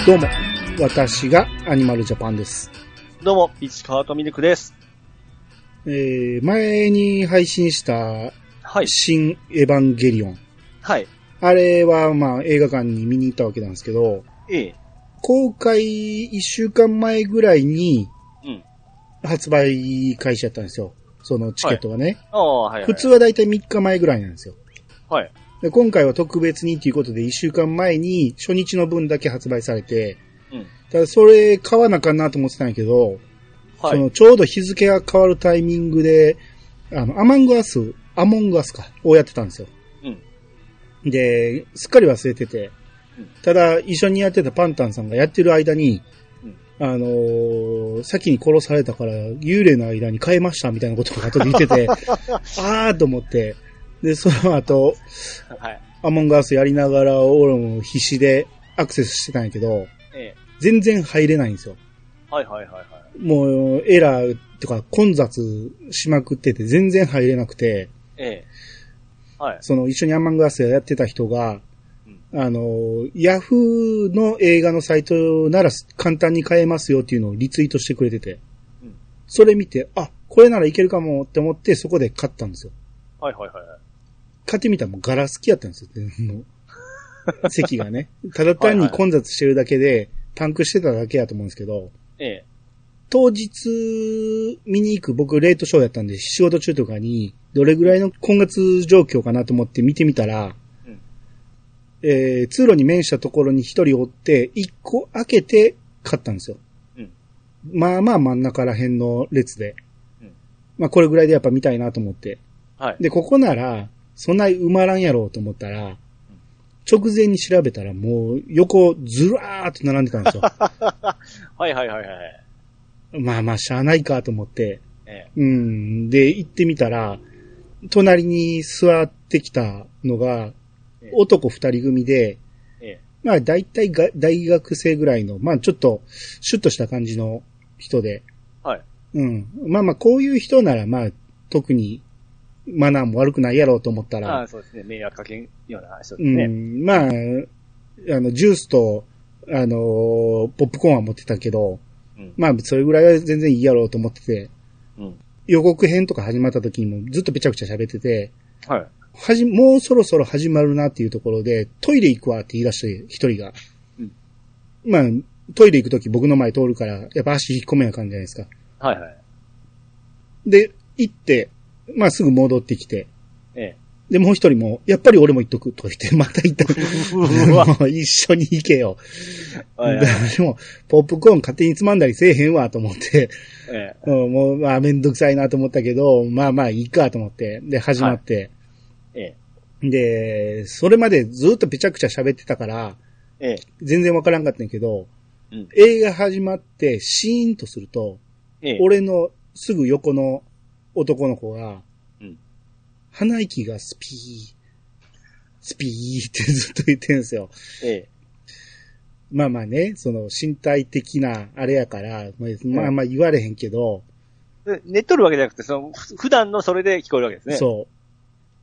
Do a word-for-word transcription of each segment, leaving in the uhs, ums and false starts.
どうも、私がアニマルジャパンです。 どうも、市川とミルクです。 えー、前に配信した、 はい。 新エヴァンゲリオン。 はい。 あれは、まあ、映画館に見に行ったわけなんですけど、 ええ。 公開いっしゅうかんまえぐらいに、 うん。 発売開始やったんですよ。そのチケットがね。 はい、ああ、はい、はい。 普通はだいたいみっかまえぐらいなんですよ。 はい。 で今回は特別にということでいっしゅうかんまえに初日の分だけ発売されて、うん。ただそれ買わなあかんなと思ってたんやけど、はい。そのちょうど日付が変わるタイミングで、あの、アマングアス、アモングアスか、をやってたんですよ。うん。で、すっかり忘れてて、うん、ただ一緒にやってたパンタンさんがやってる間に、うん、あのー、先に殺されたから幽霊の間に変えましたみたいなことを後で言ってて、あーと思って、で、その後、はい、アモンガースやりながら、俺も必死でアクセスしてたんやけど、ええ、全然入れないんですよ。 はいはいはいはい。 もう、エラーとか混雑しまくってて、全然入れなくて、ええ、はい。その、一緒にアモンガースやってた人が、うん、あの、ヤフーの映画のサイトなら簡単に買えますよっていうのをリツイートしてくれてて、うん、それ見て、あ、これならいけるかもって思って、そこで買ったんですよ。はいはいはい。買ってみたらもうガラスきやったんですよ。もう席がね。ただ単に混雑してるだけで、パンクしてただけやと思うんですけど、ええ、当日見に行く僕レートショーやったんで、仕事中とかにどれぐらいの混雑状況かなと思って見てみたら、うん、えー、通路に面したところに一人おって、一個開けて買ったんですよ。うん、まあまあ真ん中ら辺の列で。うん、まあこれぐらいでやっぱ見たいなと思って。はい、で、ここなら、そんなに埋まらんやろうと思ったら、直前に調べたらもう横ずらーっと並んでたんですよ。 はいはいはいはい。 まあまあしゃあないかと思って、ええ、うん。で、行ってみたら、隣に座ってきたのが、男二人組で、ええ、まあ大体が大学生ぐらいの、まあちょっとシュッとした感じの人で、はい。うん。まあまあこういう人ならまあ特にマナーも悪くないやろうと思ったら。 ああ、そうですね。迷惑かけんような人ですね。 うん。まあ、あの、ジュースと、あの、ポップコーンは持ってたけど、うん、まあ、それぐらいは全然いいやろうと思ってて、うん、予告編とか始まった時にもずっとべちゃくちゃ喋ってて、はい。はじ、もうそろそろ始まるなっていうところで、トイレ行くわって言い出して一人が。うん、まあ、トイレ行く時僕の前通るから、やっぱ足引っ込めなあかんじゃないですか。はいはい。で、行って、まあすぐ戻ってきて。ええ。で、もう一人も、やっぱり俺も行っとくと言って、また行った。もう一緒に行けよ。はいはい、でも、ポップコーン勝手につまんだりせえへんわと思って、ええ、もう、まあめんどくさいなと思ったけど、まあまあいいかと思って、で、始まって。はい、ええ。で、それまでずっとぺちゃくちゃ喋ってたから、ええ、全然わからんかったんやけど、うん、映画始まってシーンとすると、ええ、俺のすぐ横の男の子が、うん、鼻息がスピー、スピーってずっと言ってるんですよ。ええ。まあまあね、その身体的なあれやから、まあまあ言われへんけど。 寝っとるわけじゃなくて、その、普段のそれで聞こえるわけですね。 そう。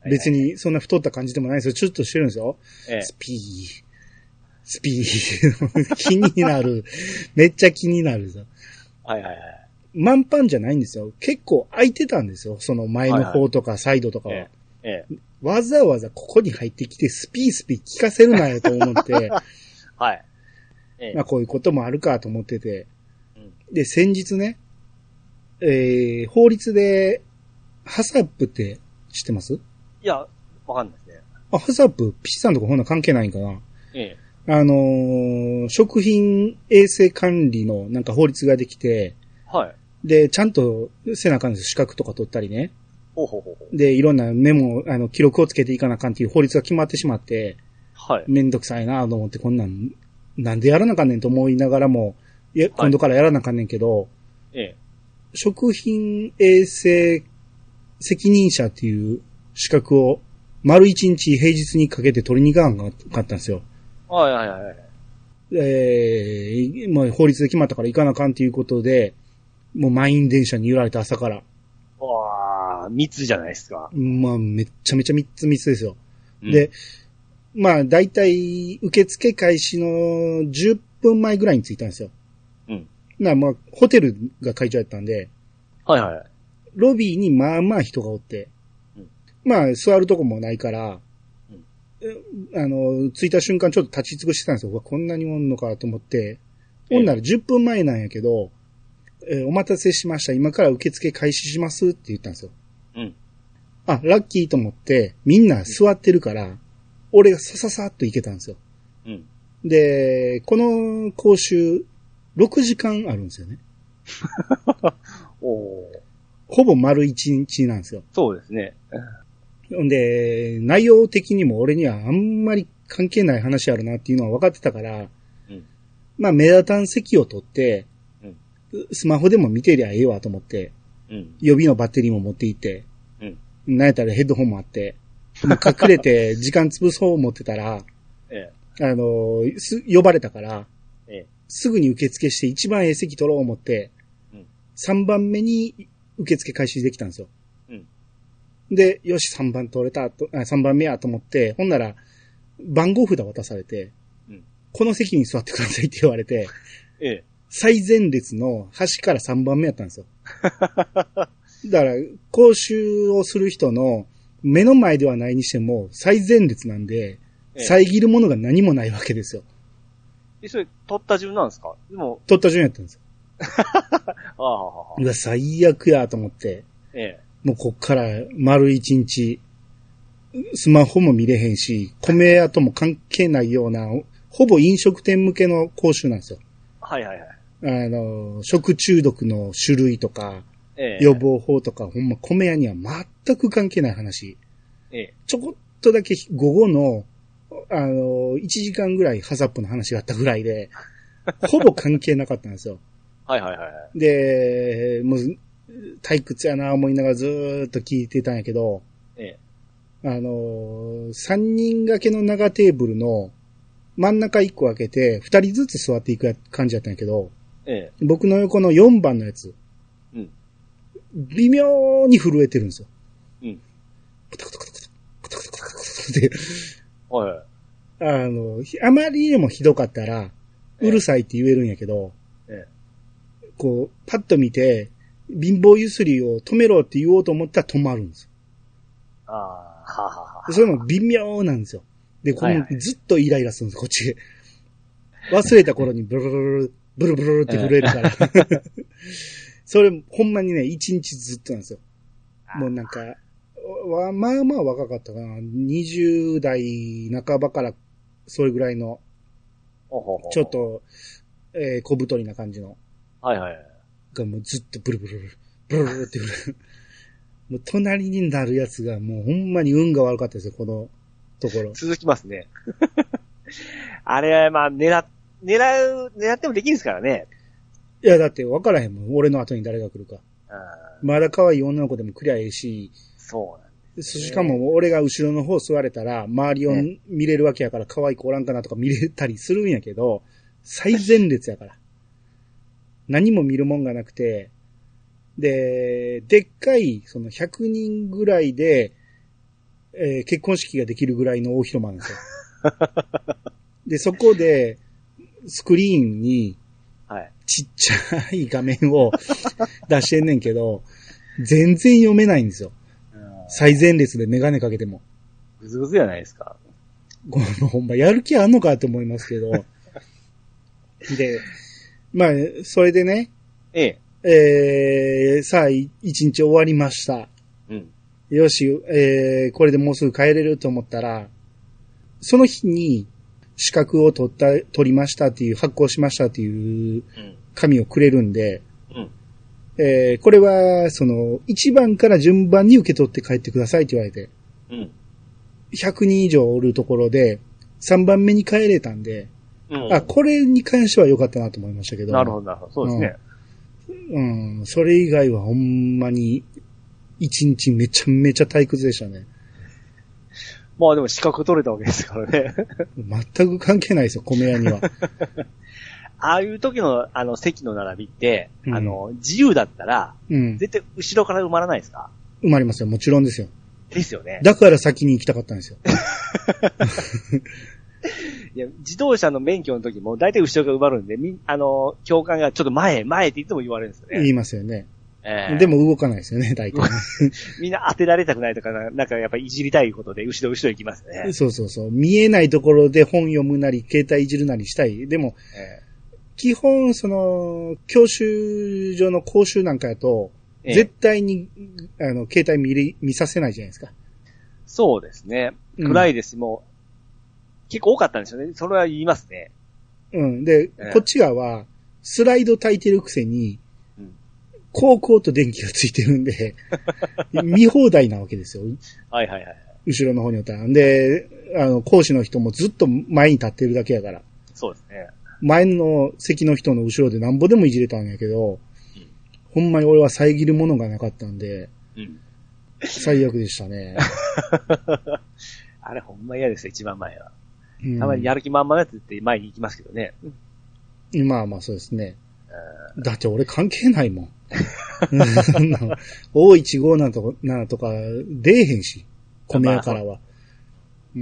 別にそんな太った感じでもないんですよ。ちょっとしてるんですよ。ええ、スピー、スピー、気になる。めっちゃ気になるぞ。はいはいはい。満帆じゃないんですよ。結構空いてたんですよ。その前の方とかサイドとかは。はいはい、ええ、わざわざここに入ってきてスピースピー聞かせるなよと思って。はい。ええ、まあこういうこともあるかと思ってて。うん、で、先日ね、えー、法律で、ハサップって知ってます？ いや、わかんないですね。 あ、ハサップ、ピチさんとかほんな関係ないんかな？ええ。あのー、食品衛生管理のなんか法律ができて、はい。で、ちゃんとせなあかんです。資格とか取ったりね。ほうほうほう。で、いろんなメモ、あの、記録をつけていかなあかんっていう法律が決まってしまって、はい。めんどくさいなと思って、こんなん、なんでやらなあかんねんと思いながらも、いや、今度からやらなあかんねんけど、ええ。食品衛生責任者っていう資格を、丸一日平日にかけて取りに行かなかったんですよ。はいはいはい。えー、もう法律で決まったから行かなあかんっていうことで、もう満員電車に揺られて朝から。 わー、密じゃないですか。 まあ、めっちゃめちゃ密密ですよ。うん、で、まあ、だいたい受付開始のじゅっぷんまえぐらいに着いたんですよ。 うん。 な、まあ、ホテルが会場やったんで、 はいはい。 ロビーにまあまあ人がおって、うん、まあ、座るとこもないから、うん、あの、着いた瞬間ちょっと立ち尽くしてたんですよ。うわ、こんなにおんのかと思って、ほんならじゅっぷんまえなんやけど、えー、お待たせしました。今から受付開始しますって言ったんですよ。うん。あ、ラッキーと思って、みんな座ってるから、うん、俺がさささっと行けたんですよ。うん。で、この講習、ろくじかんあるんですよね。おほぼ丸いちにちなんですよ。 そうですね。 んで、内容的にも俺にはあんまり関係ない話あるなっていうのは分かってたから、うん、まあ目立たん席を取って、うん、スマホでも見てりゃええわと思って、うん、予備のバッテリーも持っていて、うん、なんやったらヘッドホンもあって、隠れて時間潰そう思ってたら、ええ、あのす、呼ばれたから、ええ、すぐに受付して一番ええ席取ろう思って、うん、さんばんめに受付開始できたんですよ。うん、で、よし、さんばん取れたと、あ、さんばんめやと思って、ほんなら、番号札渡されて、うん、この席に座ってくださいって言われて、ええ、最前列の端からさんばんめやったんですよ。だから、講習をする人の目の前ではないにしても、最前列なんで、ええ、遮るものが何もないわけですよ。 え、それ、取った順なんですか？でも。 取った順やったんですよ。ああ、うわ、最悪やと思って。ええ。もうこっから丸一日、スマホも見れへんし、米屋とも関係ないような、ほぼ飲食店向けの講習なんですよ。 はいはいはい。 あの、食中毒の種類とか、ええ、予防法とか、ほんま米屋には全く関係ない話。ええ、ちょこっとだけ午後の、あの、いちじかんぐらいハザップの話があったぐらいで、ほぼ関係なかったんですよ。 はいはいはい。 で、もう、退屈やな思いながらずーっと聞いてたんやけど、ええ、あの、さんにん掛けの長テーブルの真ん中いっこ開けて、ふたりずつ座っていく感じやったんやけど、ええ、僕の横のよんばんのやつ、うん、微妙に震えてるんですよ。うん。コタコタコタコタコタコタコタコタって、はい。あの、あまりにもひどかったら、うるさいって言えるんやけど、ええ、こう、パッと見て、貧乏ゆすりを止めろって言おうと思ったら止まるんですよ。ああ、ははは。それも微妙なんですよ。で、この、ずっとイライラするんです、こっち。忘れた頃にブルブルル、ブルブルルって震えるから。それ、ほんまにね、一日ずっとなんですよ。もうなんか、まあまあ若かったかな。にじゅう代半ばから、それぐらいの、ちょっと、えー、小太りな感じの。はいはい。がもうずっとブルブルル、ブルブルってブル。もう隣になるやつがもうほんまに運が悪かったですよ、このところ。 続きますね。あれ、まあ、狙、狙う、狙ってもできるんですからね。 いや、だって分からへんもん。俺の後に誰が来るか。まだ可愛い女の子でも来りゃええし。そうなんです、ね。しかも俺が後ろの方座れたら、周りを見れるわけやから可愛い子おらんかなとか見れたりするんやけど、最前列やから。何も見るもんがなくて、で、でっかい、そのひゃくにんぐらいで、えー、結婚式ができるぐらいの大広間なんですよ。で、そこで、スクリーンに、ちっちゃい画面を出してんねんけど、全然読めないんですよ。最前列でメガネかけても。 ぐずぐずじゃないですか。 ほんまやる気あんのかと思いますけど。で、まあ、それでね、ええ。えー、さあ、一日終わりました。うん。よし、えー、これでもうすぐ帰れると思ったら、その日に資格を取った、取りましたっていう、発行しましたっていう紙をくれるんで、うん。えー、これは、その、いちばんから順番に受け取って帰ってくださいって言われて、うん。ひゃくにん以上おるところで、さんばんめに帰れたんで、うん、あ、これに関しては良かったなと思いましたけど。 なるほど、なるほど。そうですね。 うん、うん。それ以外はほんまに、一日めちゃめちゃ退屈でしたね。 まあでも資格取れたわけですからね。 全く関係ないですよ、米屋には。 ああいう時の、あの、席の並びって、うん、あの、自由だったら、うん、絶対後ろから埋まらないですか？ 埋まりますよ、もちろんですよ。 ですよね。 だから先に行きたかったんですよ。 いや、自動車の免許の時も大体後ろが埋まるんで、み、あの、教官がちょっと前、前っていつも言われるんですよね。 言いますよね。 えー、 でも動かないですよね、大体。 みんな当てられたくないとか、なんかやっぱりいじりたいことで後ろ後ろ行きますね。 そうそうそう。見えないところで本読むなり、携帯いじるなりしたい。でも、えー、基本、その、教習所の講習なんかやと、えー、絶対に、あの、携帯見り、見させないじゃないですか。 そうですね。暗いですし、うん、もう、結構多かったんですよね。それは言いますね。 うん。で、えー、こっち側は、スライド焚いてるくせに、高校と電気がついてるんで、見放題なわけですよ。 はいはいはい。 後ろの方におったら。で、あの、講師の人もずっと前に立ってるだけやから。 そうですね。 前の席の人の後ろでなんぼでもいじれたんやけど、うん、ほんまに俺は遮るものがなかったんで、うん、最悪でしたね。 あれほんま嫌ですよ、一番前は。うん、たまにやる気満々のやつって前に行きますけどね。 まあまあそうですね。だって俺関係ないもん。オーいちごななとか出えへんし、米屋からは。うん。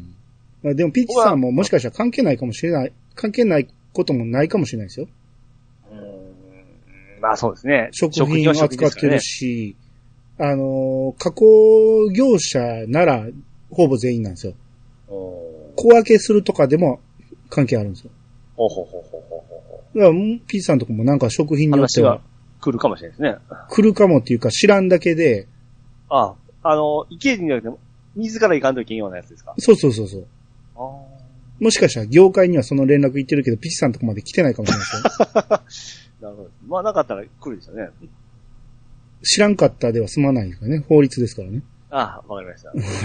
まあ、でもピッチさんももしかしたら関係ないかもしれない、関係ないこともないかもしれないですよ。 うーん。まあそうですね。 食品を扱ってるし、ね、あの、加工業者ならほぼ全員なんですよ。小分けするとかでも関係あるんですよ。 ほうほうほうほうほうほう。だから、ピッチさんとかもなんか食品によっては。 来るかもしれないですね。 来るかもっていうか知らんだけで。 ああ、あの、池になくても、自ら行かんといけんようなやつですか？ そうそうそうそう。あもしかしたら業界にはその連絡行ってるけど、ピチさんとこまで来てないかもしれないですよ。 なるほど。まあなかったら来るでしょうね。 知らんかったでは済まないですからね。法律ですからね。 ああ、わかりました。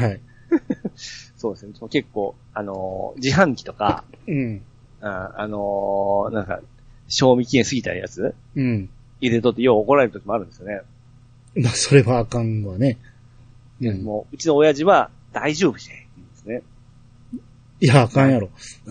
はい。 そうですね。結構、あのー、自販機とか、 うん。 あ、あのー、なんか、賞味期限過ぎたやつうん。 入れとってよう怒られる時もあるんですよね。 まあ、それはあかんわね。 うん。もう、うちの親父は大丈夫じゃん。言うんですね。 いや、あかんやろ。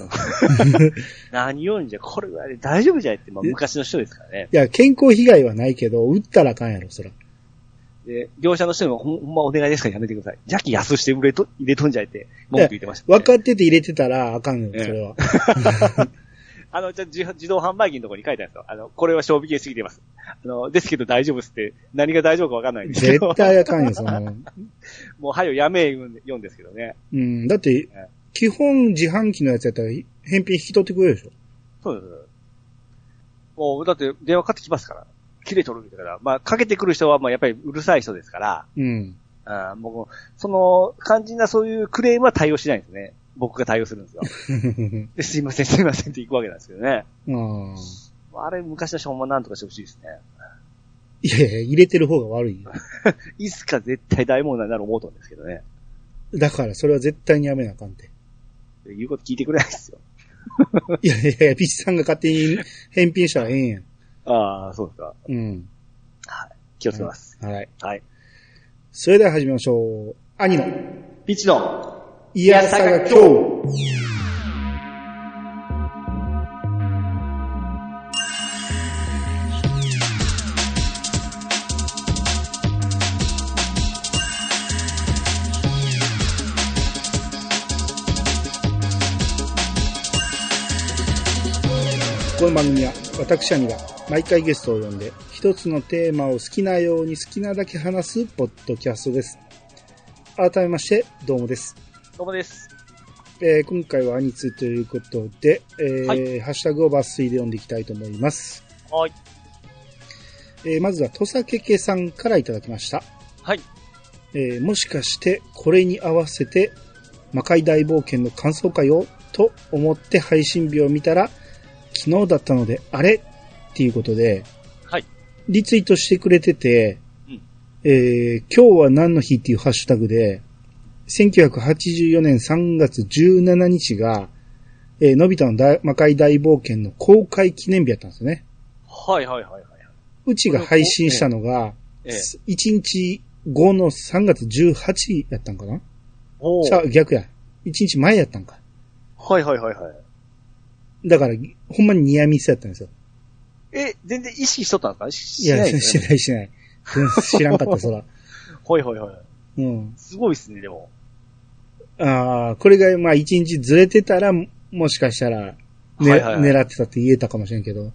何言うんじゃ、これは大丈夫じゃんって、まあ、昔の人ですからね。 いや、健康被害はないけど、打ったらあかんやろ、そら。 で、業者の人にもほんまお願いですからやめてください。邪気安して売れと、入れとんじゃいって、文句言ってました、 ね。分かってて入れてたらあかんよ、それは。 あの、じゃ自、自動販売機のところに書いてあるんですよ。あの、これは賞味期限過ぎてます。あの、ですけど大丈夫っすって、何が大丈夫か分かんないんですけど。 絶対あかんよ、その。 もう、はよ、やめ言うんですけどね。 うん、だって、ね、基本自販機のやつやったら、返品引き取ってくれるでしょ。 そうです。もう、だって電話かかってきますから。切れとるみたいな。まあ、かけてくる人は、まあ、やっぱりうるさい人ですから。 うん。 あもう、その、肝心なそういうクレームは対応しないんですね。僕が対応するんですよ。ですいません、すいませんって行くわけなんですけどね。 ああれ、昔の人もなんとかしてほしいですね。 いやいや、入れてる方が悪いよ。 いつか絶対大問題になる思うとんですけどね。 だから、それは絶対にやめなあかんて。 言うこと聞いてくれないですよ。 いやいやいや、ピッチさんが勝手に返品したらええんやん。 ああ、そうですか。 うん。 はい。気をつけます。 はい。 はい。 それでは始めましょう。兄の。 ピッチの。 いやさが今日。この番組は私兄が毎回ゲストを呼んで一つのテーマを好きなように好きなだけ話すポッドキャストです。改めましてどうもです。 どうもです。 えー、今回は兄通ということで、えーはい、ハッシュタグを抜粋で読んでいきたいと思います。 はい。 えー、まずは土佐けけさんからいただきました。 はい。 えー、もしかしてこれに合わせて魔界大冒険の感想会をと思って配信日を見たら昨日だったのであれっていうことで、 はい。 リツイートしてくれてて、 うん、 えー、今日は何の日っていうハッシュタグで、せんきゅうひゃくはちじゅうよねんさんがつじゅうしちにちが、えー、のび太の大魔界大冒険の公開記念日やったんですよね。 はいはいはいはい。 うちが配信したのが、ええ、いちにちごのさんがつじゅうはちやったんかな？おー。逆や。いちにちまえやったんか。 はいはいはいはい。 だから、ほんまにニアミスやったんですよ。 え、全然意識しとったんですか？ いや、しないしない。知らんかった、そら。 はいはいはい。 うん。 すごいっすね、でも。 ああ、これが、まあ、一日ずれてたら、 もしかしたら、ね、はいはいはい、狙ってたって言えたかもしれんけど。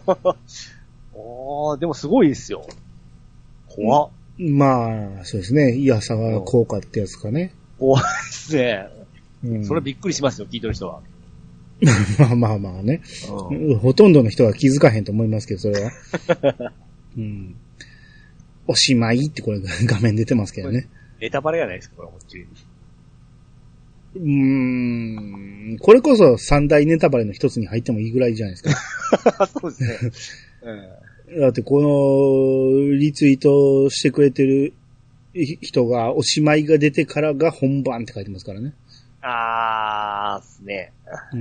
おー、でもすごいですよ。怖っ。 まあ、そうですね。イヤサガ効果ってやつかね。 怖いですね。うん、それびっくりしますよ、聞いてる人は。 まあまあまあね、うん。ほとんどの人は気づかへんと思いますけど、それは。うん、おしまいってこれ画面出てますけどね。 ネタバレがないですか、これ、こっち。 うーん。これこそ三大ネタバレの一つに入ってもいいぐらいじゃないですか。そうですね。 うん、だってこのリツイートしてくれてる人がおしまいが出てからが本番って書いてますからね。 あー、ですね。 うん。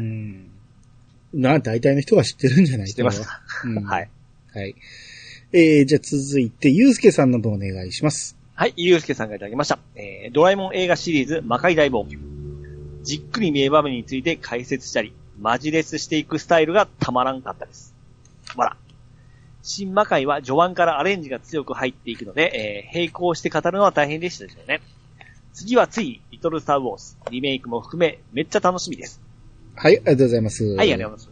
な、大体の人が知ってるんじゃない知ってますか。うん、 はい。はい。えー、じゃあ続いて、ゆうすけさんの分お願いします。 はい、ゆうすけさんがいただきました。えー、ドラえもん映画シリーズ、魔界大冒険。じっくり名場面について解説したり、マジレスしていくスタイルがたまらんかったです。わら。新魔界は序盤からアレンジが強く入っていくので、えー、並行して語るのは大変でしたでしょうね。次はつい、リトルスターウォーズ、リメイクも含め、めっちゃ楽しみです。 はい、ありがとうございます。 はい、ありがとうございます。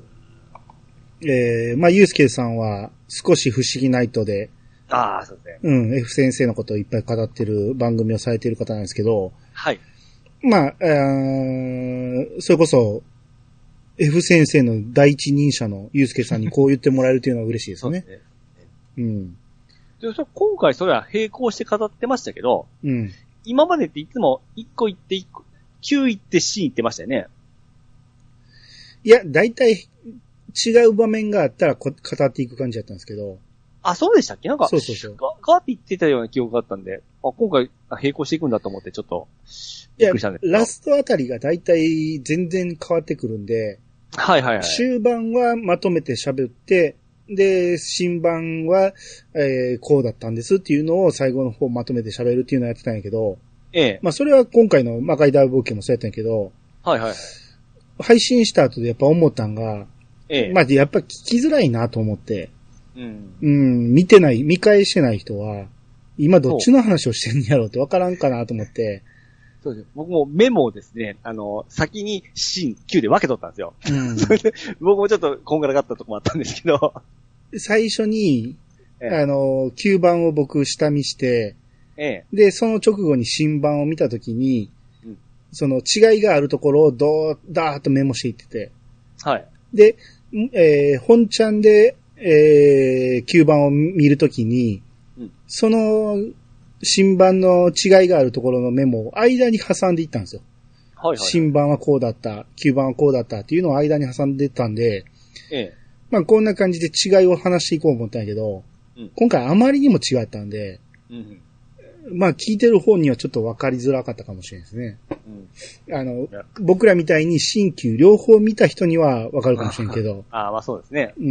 えー、まあ、ゆうすけさんは、少し不思議ナイトで、 ああ、そうですね。 うん、F 先生のことをいっぱい語ってる番組をされている方なんですけど、 はい。 まあ、えー、それこそ、F 先生の第一人者のゆうすけさんにこう言ってもらえるというのは嬉しいですね。そうですね。うん。 で、今回それは並行して語ってましたけど、 うん。 今までっていつもいっこ言っていっこ、きゅう言ってシーン言ってましたよね。 いや、だいたい違う場面があったらこ語っていく感じだったんですけど。 あ、そうでしたっけなんか、 そうそうそう。 ガーって言ってたような記憶があったんで、あ、今回並行していくんだと思ってちょっと、びっくりしたんですけど。 いや、ラストあたりがだいたい全然変わってくるんで、 はいはいはい。 終盤はまとめて喋って、で、新版は、えー、こうだったんですっていうのを最後の方まとめて喋るっていうのをやってたんやけど、 ええ。 まあそれは今回の魔界大冒険もそうやったんやけど、 はいはい。 配信した後でやっぱ思ったんが、 ええ。 まあやっぱ聞きづらいなと思って、 うん。 うん、見てない、見返してない人は、今どっちの話をしてんやろうってわからんかなと思って、 そうです。僕もメモをですね、あの、先にシーンきゅうで分け取ったんですよ。うん、それで僕もちょっとこんがらがったとこもあったんですけど。 最初に、ええ、あの、きゅうばんを僕下見して、 ええ、 で、その直後に新版を見たときに、うん、その違いがあるところをどう、だーっとメモしていってて。 はい。 で、えー、本ちゃんで、えー、きゅうばんを見るときに、うん、その、新版の違いがあるところのメモを間に挟んでいったんですよ。 はいはい、はい。 新版はこうだった、きゅうばんはこうだったっていうのを間に挟んでたんで、 ええ。 まあこんな感じで違いを話していこうと思ったんやけど、うん、今回あまりにも違ったんで、うんうん、まあ聞いてる方にはちょっと分かりづらかったかもしれないですね。うん、あの、僕らみたいに新旧両方見た人には分かるかもしれんけど。 ああ、まあそうですね。 うん。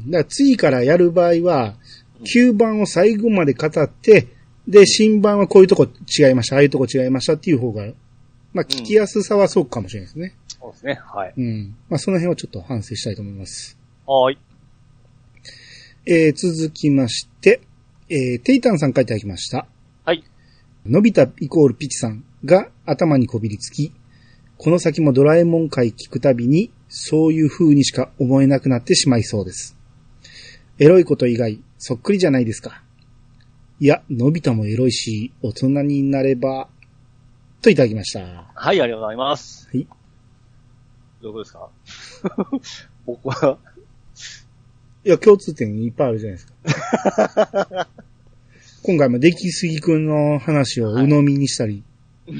だから次からやる場合は、きゅうばんを最後まで語って、で、新版はこういうとこ違いました、ああいうとこ違いましたっていう方が、まあ聞きやすさはそうかもしれないですね。 うん、そうですね。はい。 うん。まあその辺をちょっと反省したいと思います。 はい。 えー、続きまして、えー、テイタンさんからいただきました。 はい。 のび太イコールピチさんが頭にこびりつき、この先もドラえもん回聞くたびに、そういう風にしか思えなくなってしまいそうです。エロいこと以外、そっくりじゃないですか。いや、のび太もエロいし、大人になれば、といただきました。 はい、ありがとうございます。 はい。 どういうことですか僕は。 いや、共通点いっぱいあるじゃないですか。今回も出来すぎくんの話を鵜呑みにしたり。 はい、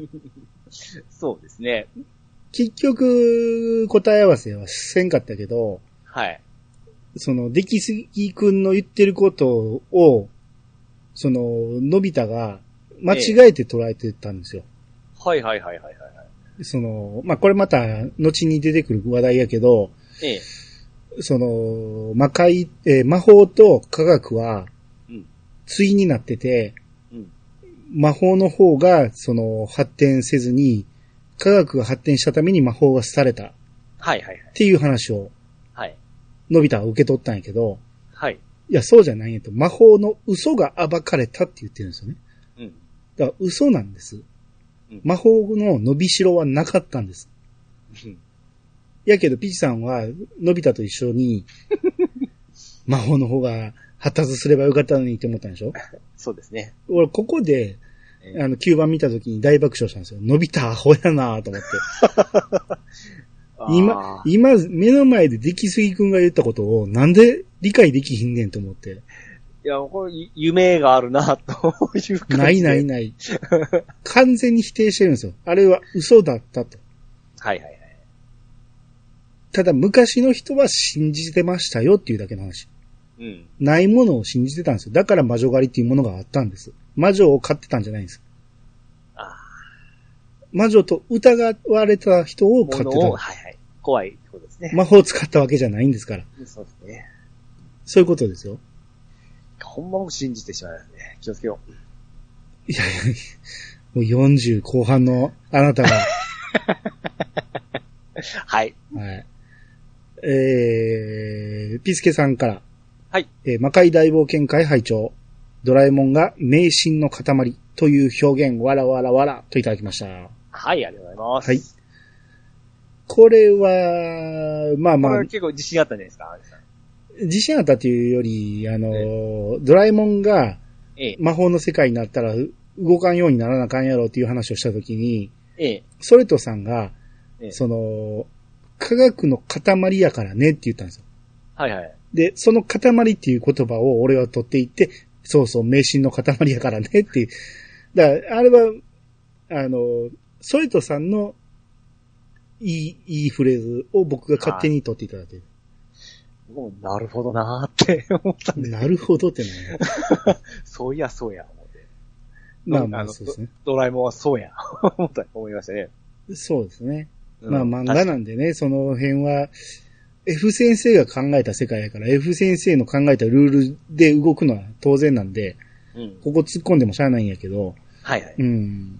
そうですね。 結局、答え合わせはせんかったけど、 はい。 その、出来すぎくんの言ってることを、その、のび太が間違えて捉えてたんですよ。 ええ、はいはいはいはいはい。 その、まあ、これまた、後に出てくる話題やけど、 ええ、 その、魔界、えー、魔法と科学は、対になってて、うん、魔法の方が、その、発展せずに、科学が発展したために魔法が廃れた。 はいはいはい。 っていう話を、 はい。 のび太は受け取ったんやけど、 はい。 いや、そうじゃないんやと。魔法の嘘が暴かれたって言ってるんですよね。うん。だから嘘なんです。うん、魔法の伸びしろはなかったんです。うん。 やけど、ピチさんは、のび太と一緒に、魔法の方が発達すればよかったのにって思ったんでしょ？ そうですね。 俺、ここで、あの、きゅうばん見たときに大爆笑したんですよ。のび太アホやなぁと思って。今、今、目の前で出来すぎくんが言ったことを、なんで理解できひんねんと思って。 いや、これ、夢があるな、という感じで。 ないないない。完全に否定してるんですよ。あれは嘘だったと。 はいはいはい。 ただ、昔の人は信じてましたよっていうだけの話。うん。ないものを信じてたんですよ。だから魔女狩りっていうものがあったんです。魔女を飼ってたんじゃないんです。ああ。魔女と疑われた人を飼ってた。はいはい。 怖いってことですね。 魔法を使ったわけじゃないんですから。 そうですね。 そういうことですよ。 ほんまも信じてしまいますね。気をつけよう。 いやいや、もうよんじゅう後半のあなたが。 はい。 はい。えー、ピスケさんから。 はい。 えー、魔界大冒険会拝聴。ドラえもんが迷信の塊という表現、わらわらわらといただきました。 はい、ありがとうございます。はい。 これは、まあまあ。 これ結構自信あったんじゃないですか、 自信あったというより、あの、ええ、ドラえもんが魔法の世界になったら動かんようにならなあかんやろっていう話をしたときに、ええ、ソレトさんが、ええ、その、科学の塊やからねって言ったんですよ。 はいはい。 で、その塊っていう言葉を俺は取っていって、そうそう、迷信の塊やからねっていう。だから、あれは、あの、ソレトさんのいい、いいフレーズを僕が勝手に取っていただいてる。 もうなるほどなーって思ったんです。 なるほどってね。 そういや、そうや、思って。 まあまあ、そうですねド。ドラえもんはそうや、思った、思いましたね。 そうですね。うん、まあ漫画なんでね、その辺は、F 先生が考えた世界やから、F 先生の考えたルールで動くのは当然なんで、うん、ここ突っ込んでもしゃあないんやけど、 はいはい。 うん。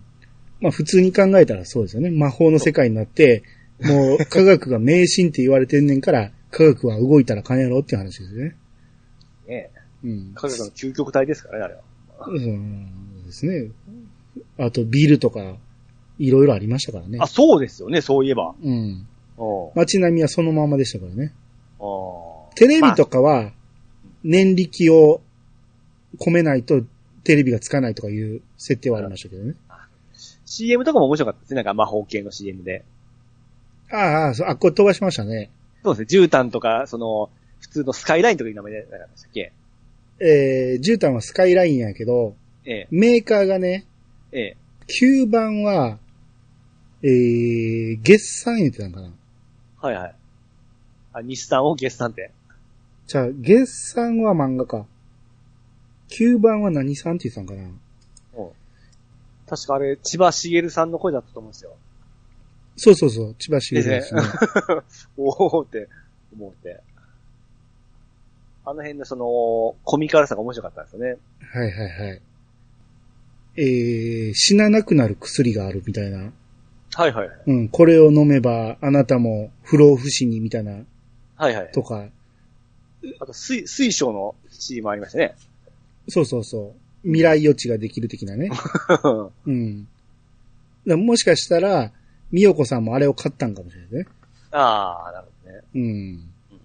まあ普通に考えたらそうですよね。魔法の世界になって、もう科学が迷信って言われてんねんから、科学は動いたらかんやろっていう話ですね。 ねえ。うん。科学の究極体ですからね、あれは。 うんですね。あとビールとか、いろいろありましたからね。 あ、そうですよね、そういえば。 うん。街並みはそのままでしたからね。 あテレビとかは、念力を込めないとテレビがつかないとかいう設定はありましたけどね。 シーエム とかも面白かったですね、なんか魔法系の シーエム で。 ああ、あ、これ飛ばしましたね。 そうですね、絨毯とか、その、普通のスカイラインとかいう名前でなかったでしたっけ？ えー、絨毯はスカイラインやけど、ええ、メーカーがね、ええ、きゅうばんは、えー、月産言ってたんかな。 はいはい。あ、日産を月産って。 じゃあ、月産は漫画か。きゅうばんは何さんって言ってたんかな。 うん。確かあれ、千葉茂さんの声だったと思うんですよ。 そうそうそう、千葉茂ですね。 おーって思って。あの辺のその、コミカルさが面白かったんですよね。 はいはいはい。えー、死ななくなる薬があるみたいな。 はいはいはい。 うん、これを飲めばあなたも不老不死にみたいな。 はいはい。 とか。 あと水、水晶の シーエム もありましたね。 そうそうそう。未来予知ができる的なね。うん。だもしかしたら、みよこさんもあれを買ったんかもしれないね。 ああ、なるほどね。 うん。うん、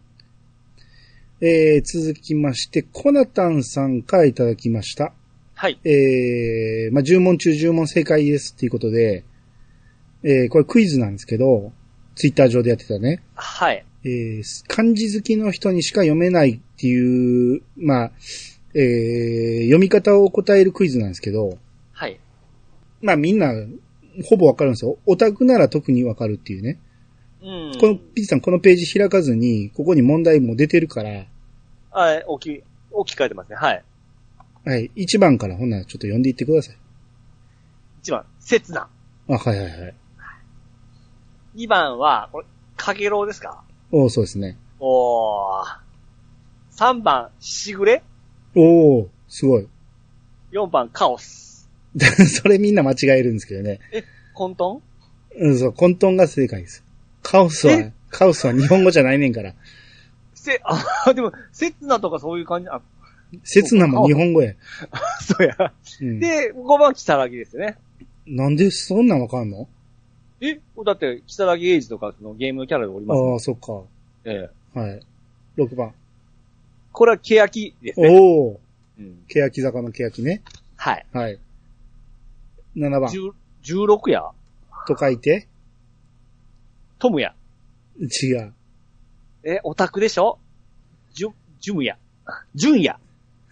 えー、続きまして、コナタンさんからいただきました。 はい。 えー、まあ、じゅう問中じゅう問正解ですっていうことで、えー、これクイズなんですけど、ツイッター上でやってたね。 はい。 えー、漢字好きの人にしか読めないっていう、まあ、えー、読み方を答えるクイズなんですけど、 はい。 まあみんな、ほぼわかるんですよ。オタクなら特にわかるっていうね。うん。この、ピチさんこのページ開かずに、ここに問題も出てるから。 はい、大き、大きく書いてますね。はい。 はい。いちばんからほんならちょっと読んでいってください。 いちばん、刹那。 あ、はいはいはい。 にばんは、これ、かげろうですか？ おー、そうですね。 おー。さんばん、しぐれ？ おー、すごい。 よんばん、カオス。 それみんな間違えるんですけどね。 え、混沌？ うん、そう、混沌が正解です。カオスは、カオスは日本語じゃないねんから。 せ、あ、でも、刹那とかそういう感じ、あ、 刹那も日本語や。 そうや、うん。で、ごばん、キサラギですよね。 なんでそんなんわかんの？ えだって、北田ゲージとかのゲームのキャラでおります、ね、 ああ、そっか。 ええ。はい。ろくばん。 これは欅ですね。 おお。うん。欅坂の欅ね。 はい。 はい。ななばん。 じゅうろくや。 と書いて。 トムヤ。 違う。 え、オタクでしょジュ、ジュムヤ。ジュンヤ。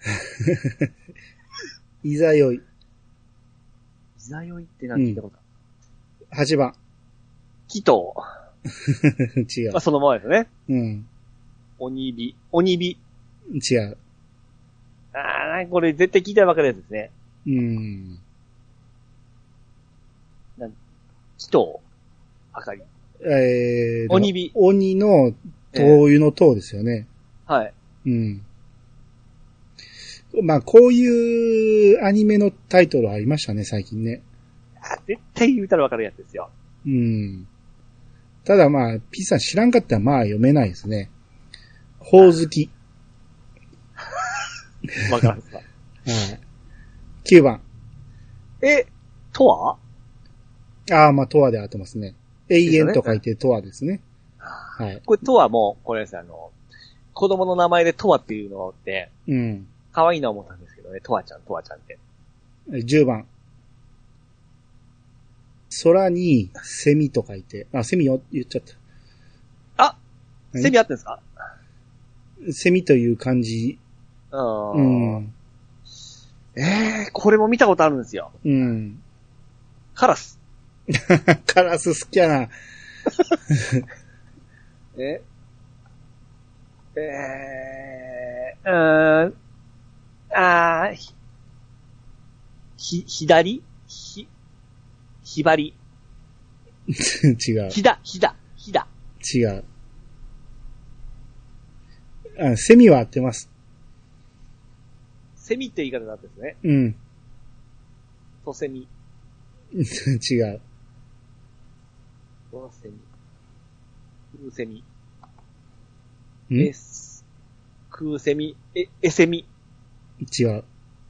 いざよい。いざよいって何聞いたことある、 うん、はちばん。 キトー。違う。 まあ、そのままですね。 うん。 鬼火。鬼火。 違う。 ああ、これ絶対聞いたらわかるやつですね。 うん。 なん、キトあかり。 えー、 鬼火。 鬼の灯油の灯ですよね。 えー、はい。 うん。まあ、こういうアニメのタイトルありましたね、最近ね。 あ、絶対言うたらわかるやつですよ。 うん。ただまあ、P さん知らんかったらまあ読めないですね。ほおずき。 わかるんですか。はい。 きゅうばん。 え、とはああ、まあ、とわで合ってますね。永遠と書いてとわですね。 はい。これとはもう、これですあの、子供の名前でとわっていうのって、うん。可愛いな思ったんですけどね、とわちゃん、とわちゃんって。 じゅうばん。空にセミと書いて、あ、セミよ言っちゃった。 あ、セミあってんですか？ セミという漢字。 うん。ええー、これも見たことあるんですよ。 うん。 カラス。 カラス好きやな。 ええー、うーん。あー、ひ、ひ、左ひ、ひばり。 違う。 ひだ、ひだ、ひだ。 違う。あ、セミは合ってます。 セミって言い方なんですね。 うん。 とセミ。 違う。 とセミ。クーセミ。 んえす、クーセミ。え、えセミ。 違う。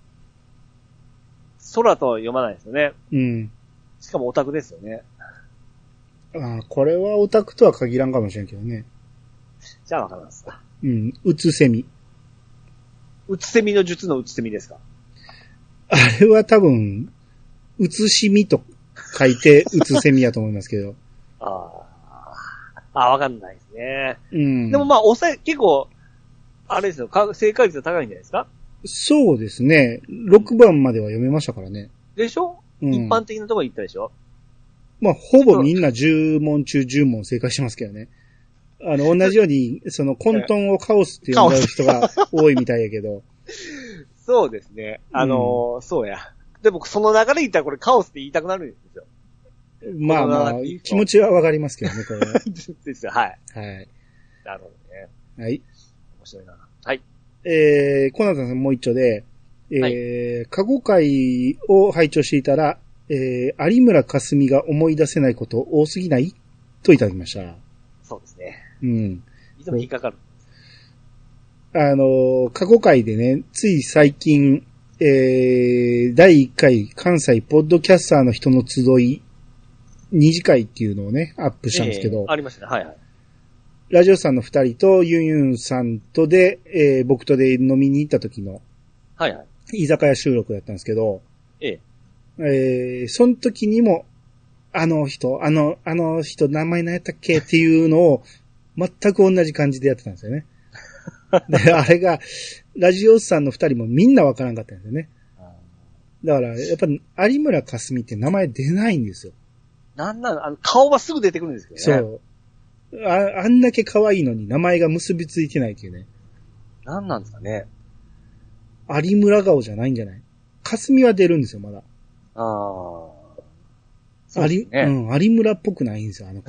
空とは読まないですよね。 うん。 しかもオタクですよね。 ああ、これはオタクとは限らんかもしれんけどね。 じゃあわかります。 うん。うつセミ。 うつセミの術のうつセミですか？ あれは多分、うつしみと書いてうつセミやと思いますけど。 ああ。ああ、わかんないですね。 うん。 でもまあ、抑え、結構、あれですよ、正解率が高いんじゃないですか？ そうですね。ろくばんまでは読めましたからね。 でしょ、うん、一般的なところに行ったでしょ？ まあ、ほぼみんなじゅうもん中じゅうもん正解してますけどね。あの、同じように、その混沌をカオスって呼んじゃう人が多いみたいやけど。 そうですね。あのーうん、そうや。でも、その流れで言ったらこれカオスって言いたくなるんですよ。 まあまあ、気持ちはわかりますけどね、これは。 ですよ、はい。 はい。 なるほどね。 はい。 面白いな。はい。 えー、コナタさんもう一丁で、えー、はい、過去回を拝聴していたら、えー、有村架純が思い出せないこと多すぎないといただきました。 そうですね。 うん。 いつも引っかかる。 あの、過去回でね、つい最近、えー、だいいっかい関西ポッドキャスターの人の集い二次会っていうのをね、アップしたんですけど。えー、ありましたね。はいはい。 ラジオさんの二人とユンユンさんとで、えー、僕とで飲みに行った時の、 はいはい。 居酒屋収録だったんですけど、 ええ。 えー、その時にも、あの人、あの、あの人、名前何やったっけっていうのを、全く同じ感じでやってたんですよね。で、あれが、ラジオさんの二人もみんなわからんかったんですよね。だから、やっぱり、有村架純って名前出ないんですよ。 なんなのあの、顔はすぐ出てくるんですけどね。 そう。あ、あんだけ可愛いのに名前が結びついてないっていうね。 なんなんですかね。 有村顔じゃないんじゃない？架純は出るんですよ、まだ。 ああ。 そうですね。うん、有村っぽくないんですよ、あの子。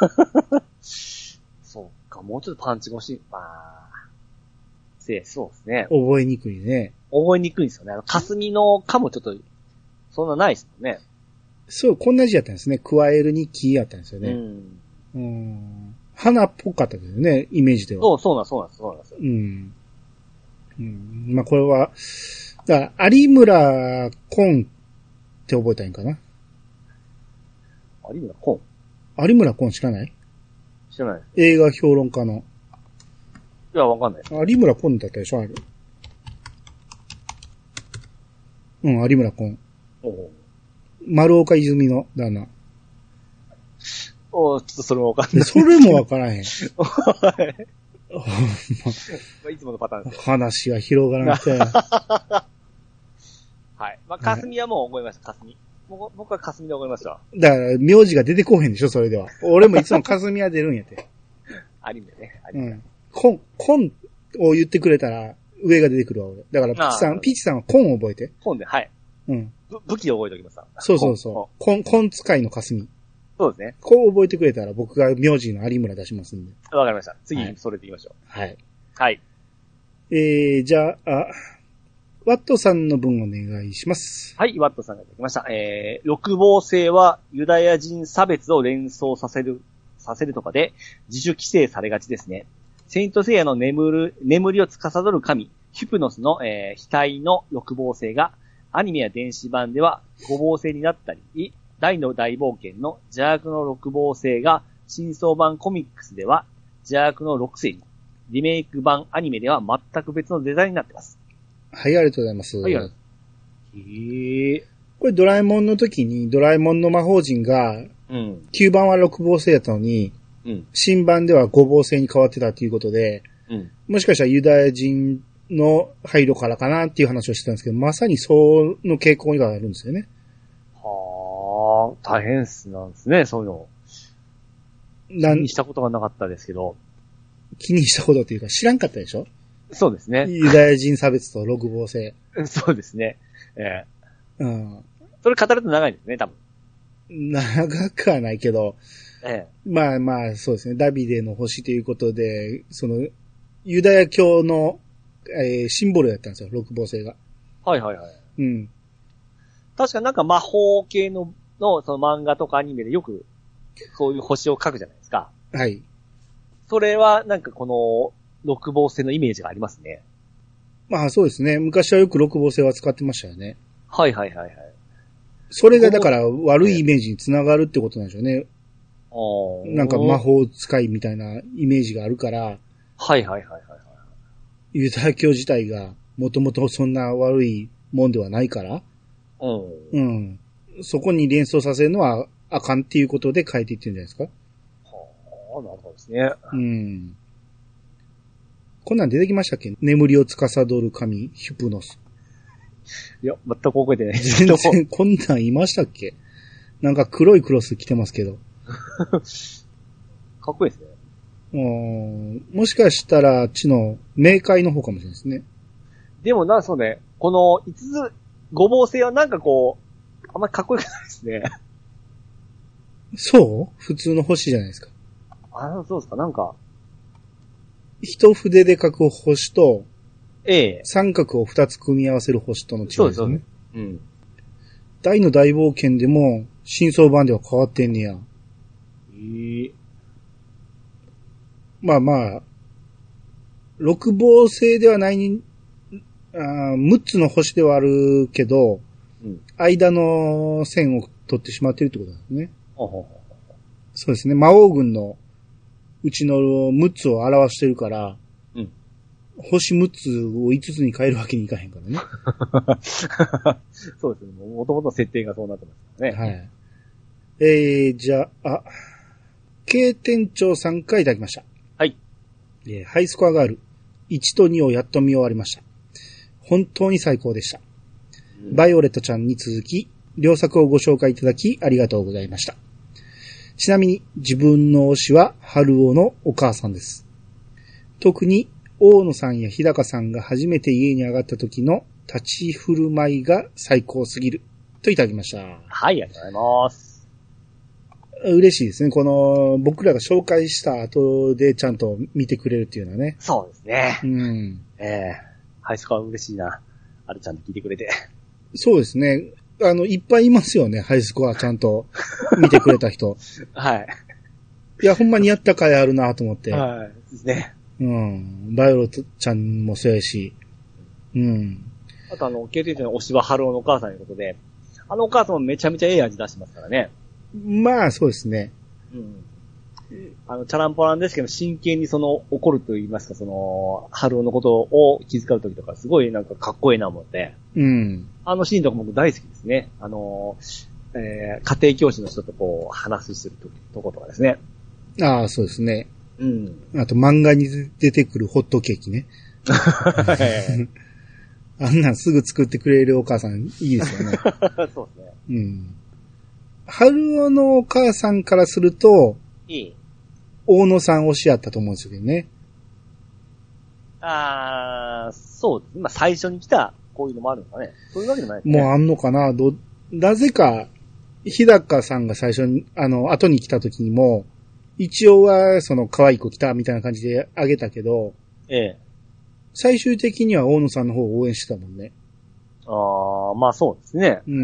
そうか、もうちょっとパンチ欲しい。まあ、せそうですね。 覚えにくいね。 覚えにくいんですよね。あの、霞のかもちょっと、そんなないですもんね。 そう、こんな字やったんですね。加えるに木やったんですよね。うん。うん。花っぽかったですよね、イメージでは。 そう、そうなん、そうなん、そうなんですよ。 うん。うん。まあ、これは、だから、有村コンって覚えたいんかな。 有村コン有村昆知らない？ 知らない。 映画評論家の。 いや、わかんない。 有村昆だったでしょあれ。うん、有村昆。 おう丸岡泉の旦那。 おうちょっとそれもわかんない。 それもわからへん。 まあ、いつものパターンですよ。 話が広がらなくて。 はい。まあ、霞はもう覚えました、霞。僕は霞で覚えました。 だから、名字が出てこへんでしょ、それでは。俺もいつも霞は出るんやて。 ありんでね。ありんで。うん。コン、コンを言ってくれたら、上が出てくるわ、俺。だから、ピチさん、ピチさんはコンを覚えて。 コンで、はい。うん。武器を覚えておきます。 そうそうそう。コン、コン使いの霞。 そうですね。 こう覚えてくれたら、僕が名字の有村出しますんで。 わかりました。次、それでいきましょう。 はい。 はい。 えー、じゃあ、ワットさんの分お願いします。 はい、ワットさんがいただきました。えー、六芒星はユダヤ人差別を連想させる、させるとかで自主規制されがちですね。セイントセイヤの眠る、眠りを司る神、ヒュプノスの、えー、額の六芒星がアニメや電子版では五芒星になったり、大の大冒険の邪悪の六芒星が新装版コミックスでは邪悪の六星に、リメイク版アニメでは全く別のデザインになっています。 はい、ありがとうございます。はい、ありがとうございます。へえ。 これドラえもんの時にドラえもんの魔法陣が、うん、きゅうばんは六芒星やったのに、うん、新版では五芒星に変わってたということで、うん、もしかしたらユダヤ人の配慮からかなっていう話をしてたんですけど、まさにその傾向があるんですよね。 はあ、大変っすなんですね、そういうの。気にしたことがなかったですけど。 気にしたことっていうか知らんかったでしょ？ そうですね。 ユダヤ人差別と六芒星。 そうですね。ええー。うん。 それ語ると長いですね、多分。 長くはないけど。ええ。まあまあ、そうですね。ダビデの星ということで、その、ユダヤ教の、えー、シンボルだったんですよ、六芒星が。 はいはいはい。 うん。 確かなんか魔法系の、の、その漫画とかアニメでよく、そういう星を描くじゃないですか。 はい。 それはなんかこの、六芒星のイメージがありますね。 まあそうですね。昔はよく六芒星は使ってましたよね。 はいはいはいはい。 それがだから悪いイメージにつながるってことなんでしょうね。なんか魔法使いみたいなイメージがあるから。はいはいはいはい。 ユダヤ教自体がもともとそんな悪いもんではないから。うん。うん。そこに連想させるのはあかんっていうことで変えていってるんじゃないですか。 はあ、なるほどですね。 うん。こんなん出てきましたっけ？眠りを司る神、ヒュプノス。 いや、全く覚えてない。 全然、こんなんいましたっけ？なんか黒いクロス着てますけど。 かっこいいですね。 うん、もしかしたら、あっちの冥界の方かもしれないですね。 でもな、そうね、この五つ、五芒星はなんかこう、あんまりかっこよくないですね。 そう？普通の星じゃないですか。 あ、そうですか、なんか。 一筆で書く星と、 ええ。 三角を二つ組み合わせる星との違いですね。そうですね。 うん。 大の大冒険でも、新装版では変わってんねや。 えー、 まあまあ、六芒星ではないに、あ六つの星ではあるけど、うん、間の線を取ってしまっているってことなんですね。ほほほそうですね。魔王軍のうちの六つを表してるから、うん、星六つを五つに変えるわけにいかへんからね。 そうですね。もともと設定がそうなってますからね。はい。 えー、じゃあ、あ、K店長さんからいただきました。 はい。 えー、ハイスコアガールいちとにをやっと見終わりました。本当に最高でした。うん、バイオレットちゃんに続き、両作をご紹介いただきありがとうございました。ちなみに自分の推しは春尾のお母さんです。特に大野さんや日高さんが初めて家に上がった時の立ち振る舞いが最高すぎるといただきました。はい、 ありがとうございます。 嬉しいですね。この僕らが紹介した後でちゃんと見てくれるっていうのはね。 そうですね。 うん。 ええー、ハイスコア嬉しいな。あれちゃんと聞いてくれて。 そうですね。あの、いっぱいいますよね。ハイスコアちゃんと見てくれた人。 はい。 いや、ほんまにやった甲斐あるなと思って。 はい。ですね。 うん。バイオレットちゃんもそうやし。うん。 あとあの、ケーティー ちゃんの推しは春尾のお母さんということで、あのお母さんもめちゃめちゃええ味出してますからね。 まあ、そうですね。 うん。あの、チャランポランですけど、真剣にその、怒ると言いますか、その、春尾のことを気遣うときとか、すごいなんかかっこいいな思って。 うん。 あのシーンとか僕大好きですね。あの、えー、家庭教師の人とこう、話するととことかですね。 ああ、そうですね。 うん。 あと漫画に出てくるホットケーキね。あんなんすぐ作ってくれるお母さんいいですよね。 そうですね。 うん。春尾のお母さんからすると、 いい。 大野さん推しやったと思うんですけどね。 あー、そうです。今最初に来た、こういうのもあるのかね。そういうわけでもないですね。 もうあんのかなど、なぜか、日高さんが最初に、あの、後に来た時にも、一応は、その、可愛い子来たみたいな感じであげたけど、 ええ。 最終的には大野さんの方を応援してたもんね。 あー、まあそうですね。 うん。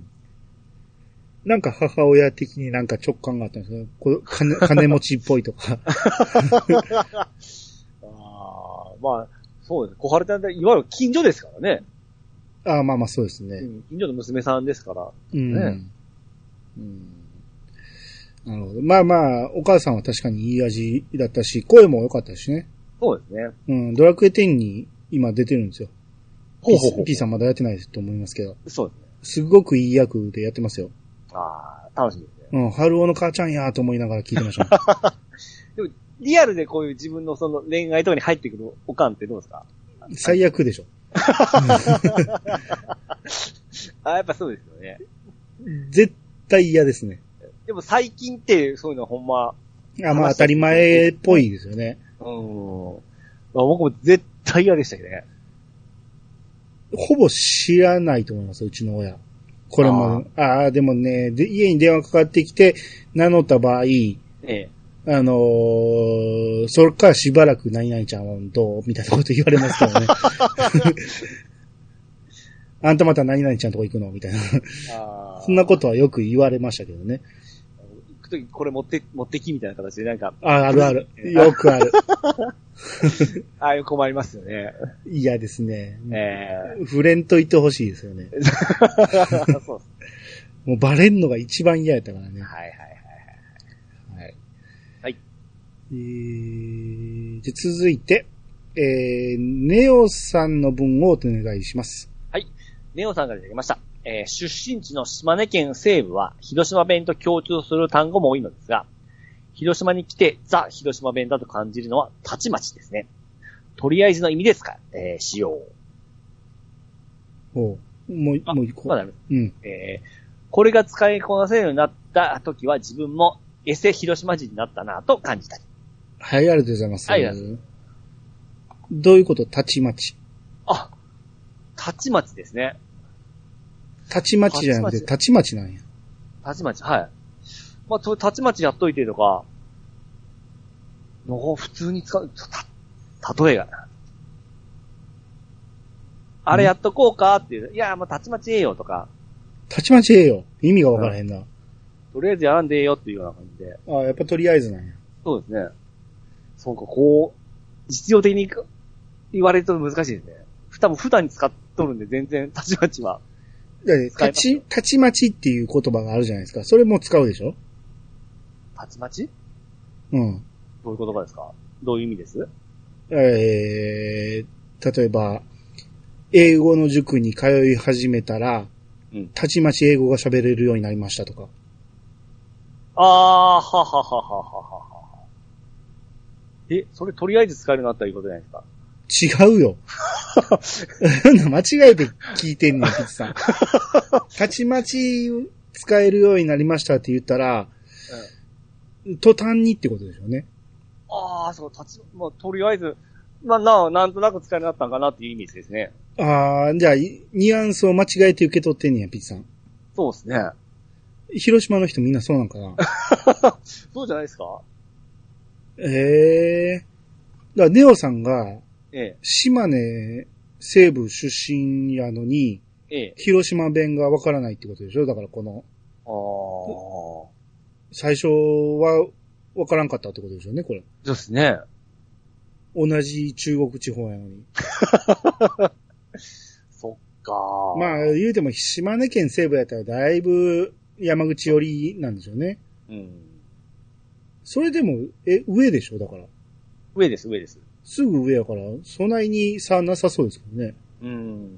なんか母親的になんか直感があったんですよ。こ金、金持ちっぽいとか。 あー、まあ、そうです。小春ちゃんっていわゆる近所ですからね。 ああ、まあまあそうですね。 うん、近所の娘さんですから。 うん。 ね、 うん。なるほど。まあまあ、お母さんは確かにいい味だったし、声も良かったしね。 そうですね。 うん。ドラクエテンに今出てるんですよ。 ほうほうほう。 P さんまだやってないと思いますけど。 そうですね。 すごくいい役でやってますよ。 ああ、楽しみですね。 うん。春尾の母ちゃんやーと思いながら聞いてました。 でも、リアルでこういう自分のその恋愛とかに入ってくるおかんってどうですか？ 最悪でしょ。 あ、やっぱそうですよね。 絶対嫌ですね。 でも最近ってそういうのはほんま。 あ、まあ当たり前っぽいですよね。 うん。まあ、僕も絶対嫌でしたけどね。 ほぼ知らないと思います、うちの親。これも、ああ、でもねで、家に電話かかってきて、名乗った場合、ええ。 あのー、それからしばらく何々ちゃんはどうみたいなこと言われますからね。あんたまた何々ちゃんとこ行くのみたいな。あそんなことはよく言われましたけどね。 行くときこれ持って、持ってきみたいな形でなんか。 あ、あるある。よくある。 ああいう困りますよね。 嫌ですね。 えー、触れんといてほしいですよね。そうです。もうバレんのが一番嫌やったからね。 はいはいはいはい。はい。はい。 えー、で続いて、えー、ネオさんの文をお願いします。 はい。ネオさんからいただきました。えー、出身地の島根県西部は広島弁と共通する単語も多いのですが、広島に来てザ・広島弁だと感じるのはたちまちですね。とりあえずの意味ですか、えー、使用。 おう。もう、もう一個。 まだある。 うん。 えー、これが使いこなせるようになった時は自分もエセ広島人になったなと感じたり。 はい、ありがとうございます。 はい、ありがとうございます。 どういうことたちまち。 あ、たちまちですね。 たちまちじゃなくて、たちまちなんや。 たちまち、はい。まあ、たちまちやっといてとか、の普通に使う、た、例えがな。あれやっとこうかっていう。いや、もうたちまちええよとか。 たちまちええよ。意味がわからへんな、うん。 とりあえずやらんでええよっていうような感じで。 ああ、やっぱとりあえずなんや。 そうですね。そうか、こう、実用的に言われると難しいですね。多分普段に使っとるんで全然たちまちは。 たち、たちまちっていう言葉があるじゃないですか。それも使うでしょ？ たちまち？ うん。 どういう言葉ですか？どういう意味です？ えー、例えば、英語の塾に通い始めたら、うん、たちまち英語が喋れるようになりましたとか。 あー、はははははは。え、それとりあえず使えるようになったらいいことじゃないですか？ 違うよ。間違えて聞いてんねん、ピッチさん。たちまち使えるようになりましたって言ったら、うん、途端にってことでしょうね。 ああ、そう、たち、まあ、とりあえず、まあ、な、なんとなく使えるようになったんかなっていうイメージですね。 ああ、じゃあ、ニュアンスを間違えて受け取ってんねや、ピッチさん。 そうですね。 広島の人みんなそうなんかな？ そうじゃないですか？ ええー。だから、ネオさんが、 ええ、 島根西部出身やのに、ええ、広島弁がわからないってことでしょ？だからこの、あ最初はわからんかったってことでしょうね、これ。 そうですね。 同じ中国地方やのに。 そっか。 まあ、言うても島根県西部やったらだいぶ山口寄りなんでしょうね。うん。 それでも、え、上でしょだから。 上です、上です。 すぐ上やから、そないに差なさそうですけどね。 うん。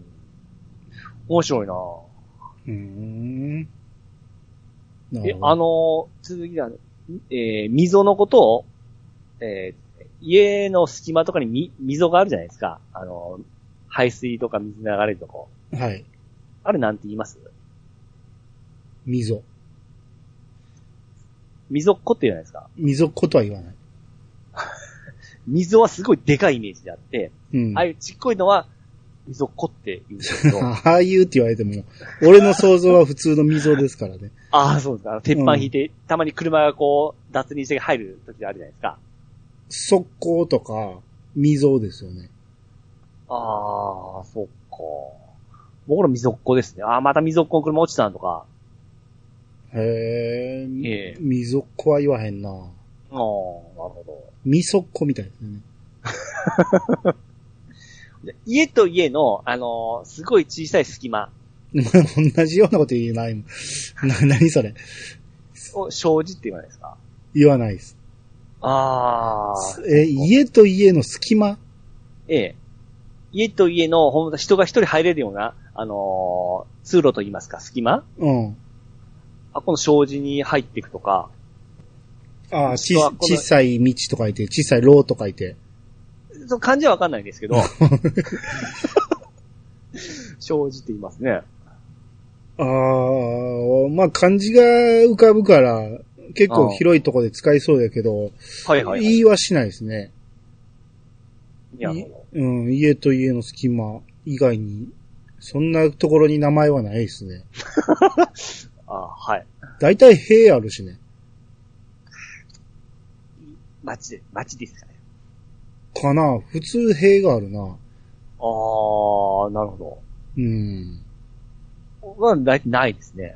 面白いなうーん。 え、あの、続きだ、えー、溝のことを、えー、家の隙間とかにみ、溝があるじゃないですか。あの、排水とか水流れるとこ。 はい。 あれなんて言います？ 溝。 溝っこって言うじゃないですか。 溝っことは言わない。 溝はすごいでかいイメージであって、 うん、 ああいうちっこいのは、溝っこって言うんですけど。 ああいうって言われても、俺の想像は普通の溝ですからね。 ああ、そうですか。鉄板引いて、うん、たまに車がこう、脱輪して入る時があるじゃないですか。 側溝とか、溝ですよね。 ああ、そっか。僕ら溝っこですね。ああ、また溝っこの車落ちたんとか。 へえ、 ええ、 溝っこは言わへんな。ああ、なるほど。 みそっこみたいですね。 家と家の、あのー、すごい小さい隙間。 同じようなこと言えないもん。な、何それ。 を、障子って言わないですか？ 言わないです。 ああ。 え、家と家の隙間？ ええ。家と家の、ほんと人が一人入れるような、あのー、通路と言いますか、隙間？ うん。 あ、この障子に入っていくとか。 ああ、ち、小さい道と書いて、小さい路と書いて。 その漢字はわかんないんですけど。障子って言いますね。 ああ、まあ漢字が浮かぶから、結構広いところで使いそうやけど、 はいはい、はい。 言いはしないですね。 いや、 うん、家と家の隙間以外に、そんなところに名前はないですね。 ああ、はい。 だいたい塀あるしね。 町で、町ですかね。 かな普通塀があるな。ああ、 なるほど。 うん。 は、ない、ないですね。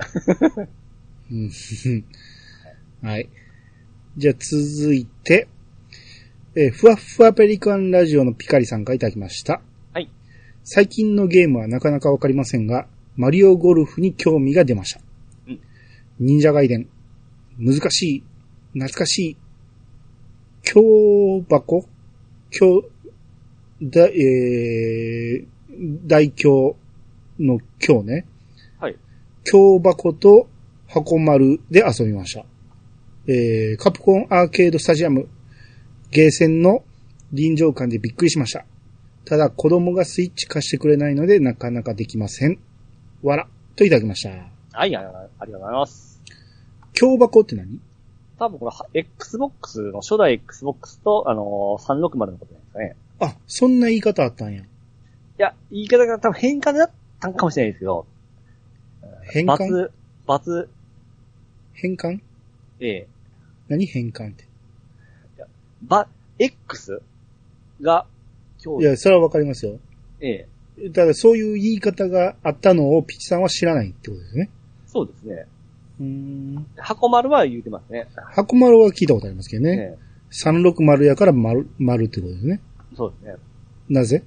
はい。じゃあ続いて、えー、ふわふわペリカンラジオのピカリさんからいただきました。 はい。 最近のゲームはなかなかわかりませんが、マリオゴルフに興味が出ました。うん。忍者ガイデン。難しい。懐かしい。京箱京、だ、えー、大京の京ね。 はい。 京箱と箱丸で遊びました。えー、カプコンアーケードスタジアム、ゲーセンの臨場感でびっくりしました。ただ子供がスイッチ貸してくれないのでなかなかできません。わら、といただきました。 はい、ありがとうございます。 京箱って何？ 多分これ、Xbox の初代 Xbox と、あのー、さんろくまるのことなんですかね。 あ、そんな言い方あったんや。いや、言い方が多分変換だったんかもしれないですけど。 変換？ バツ、バツ。 変換？ ええ。 何変換って。いや、ば、X が、 今日。いや、それはわかりますよ。 ええ。ただそういう言い方があったのをピチさんは知らないってことですね。 そうですね。 うーん。 箱丸は言うてますね。 箱丸は聞いたことありますけどね。ねさんろくまるやから丸、丸ってことですね。 そうですね。 なぜ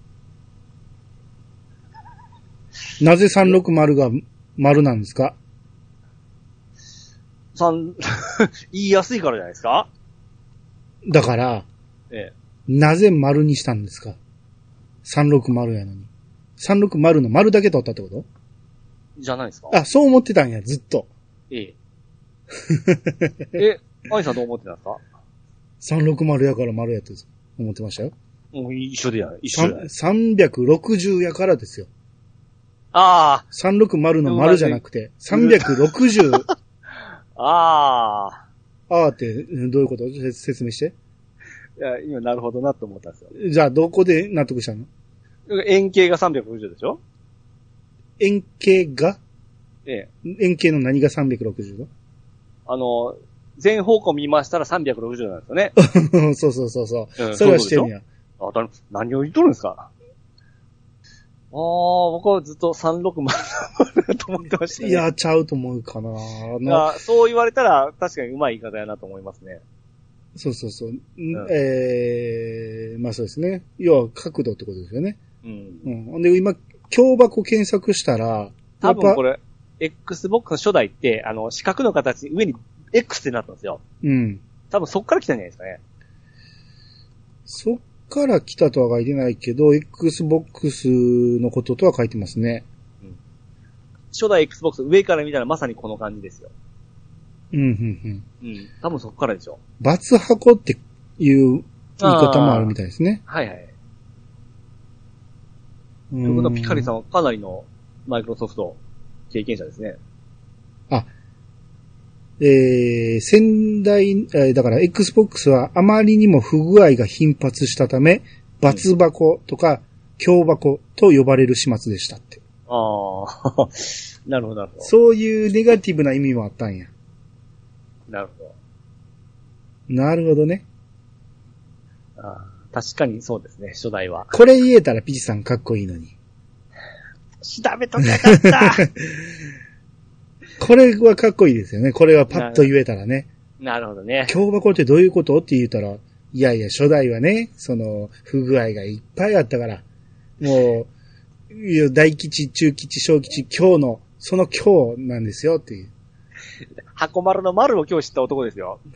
なぜさんろくまるが丸なんですか？ 三、言いやすいからじゃないですか？ だから、ええ、なぜ丸にしたんですか？さんろくまるやのに。さんろくまるの丸だけ取ったってことじゃないですか？ あ、そう思ってたんや、ずっと。 ええ。え、アイさんどう思ってたんですか？ さんろくまるやから丸やって思ってましたよ。 もう一緒でやる。一緒だ。 さんびゃくろくじゅうやからですよ。 ああ。 さんろくまるの丸じゃなくて、さんびゃくろくじゅう。 ああ。 ああってどういうこと説明して。 いや、今なるほどなと思ったんですよ。 じゃあどこで納得したの？ 円形がさんびゃくろくじゅうでしょ？ 円形が？ ええ。 円形の何がさんびゃくろくじゅう度？ あの、全方向見ましたらさんびゃくろくじゅうなんですよね。 そうそうそうそう、うん。それはしてんや。 あ、何を言っとるんですか？ああ、僕はずっとさんろくまるだと思ってましたね。 いや、ちゃうと思うかな。 あそう言われたら確かにうまい言い方やなと思いますね。 そうそうそう。うん、えー、まあそうですね。要は角度ってことですよね。うん。うん。で、今、京箱検索したら、 多分これ、Xbox の初代って、あの、四角の形に上に X ってなったんですよ。 うん。 多分そっから来たんじゃないですかね。 そっから来たとは書いてないけど、Xbox のこととは書いてますね。 うん、初代 Xbox 上から見たらまさにこの感じですよ。 うん、うん、 うん。うん。多分そっからでしょ。 バツ箱っていう言い方もあるみたいですね。 はいはい。ということはピカリさんはかなりのマイクロソフト経験者ですね。 あ、えー、先代、だから Xbox はあまりにも不具合が頻発したため、バツ箱とか強箱と呼ばれる始末でしたって。 ああ、なるほどなるほど。 そういうネガティブな意味もあったんや。 なるほど。 なるほどね。 ああ、確かにそうですね、初代は。 これ言えたらピチさんかっこいいのに。 調べときゃよかったこれはかっこいいですよね。これはパッと言えたらね。 なるほどね。 強箱ってどういうことって言ったら、いやいや、初代はね、その、不具合がいっぱいあったから、もう、いや大吉、中吉、小吉、今日の、その今日なんですよっていう。 箱丸の丸を今日知った男ですよ。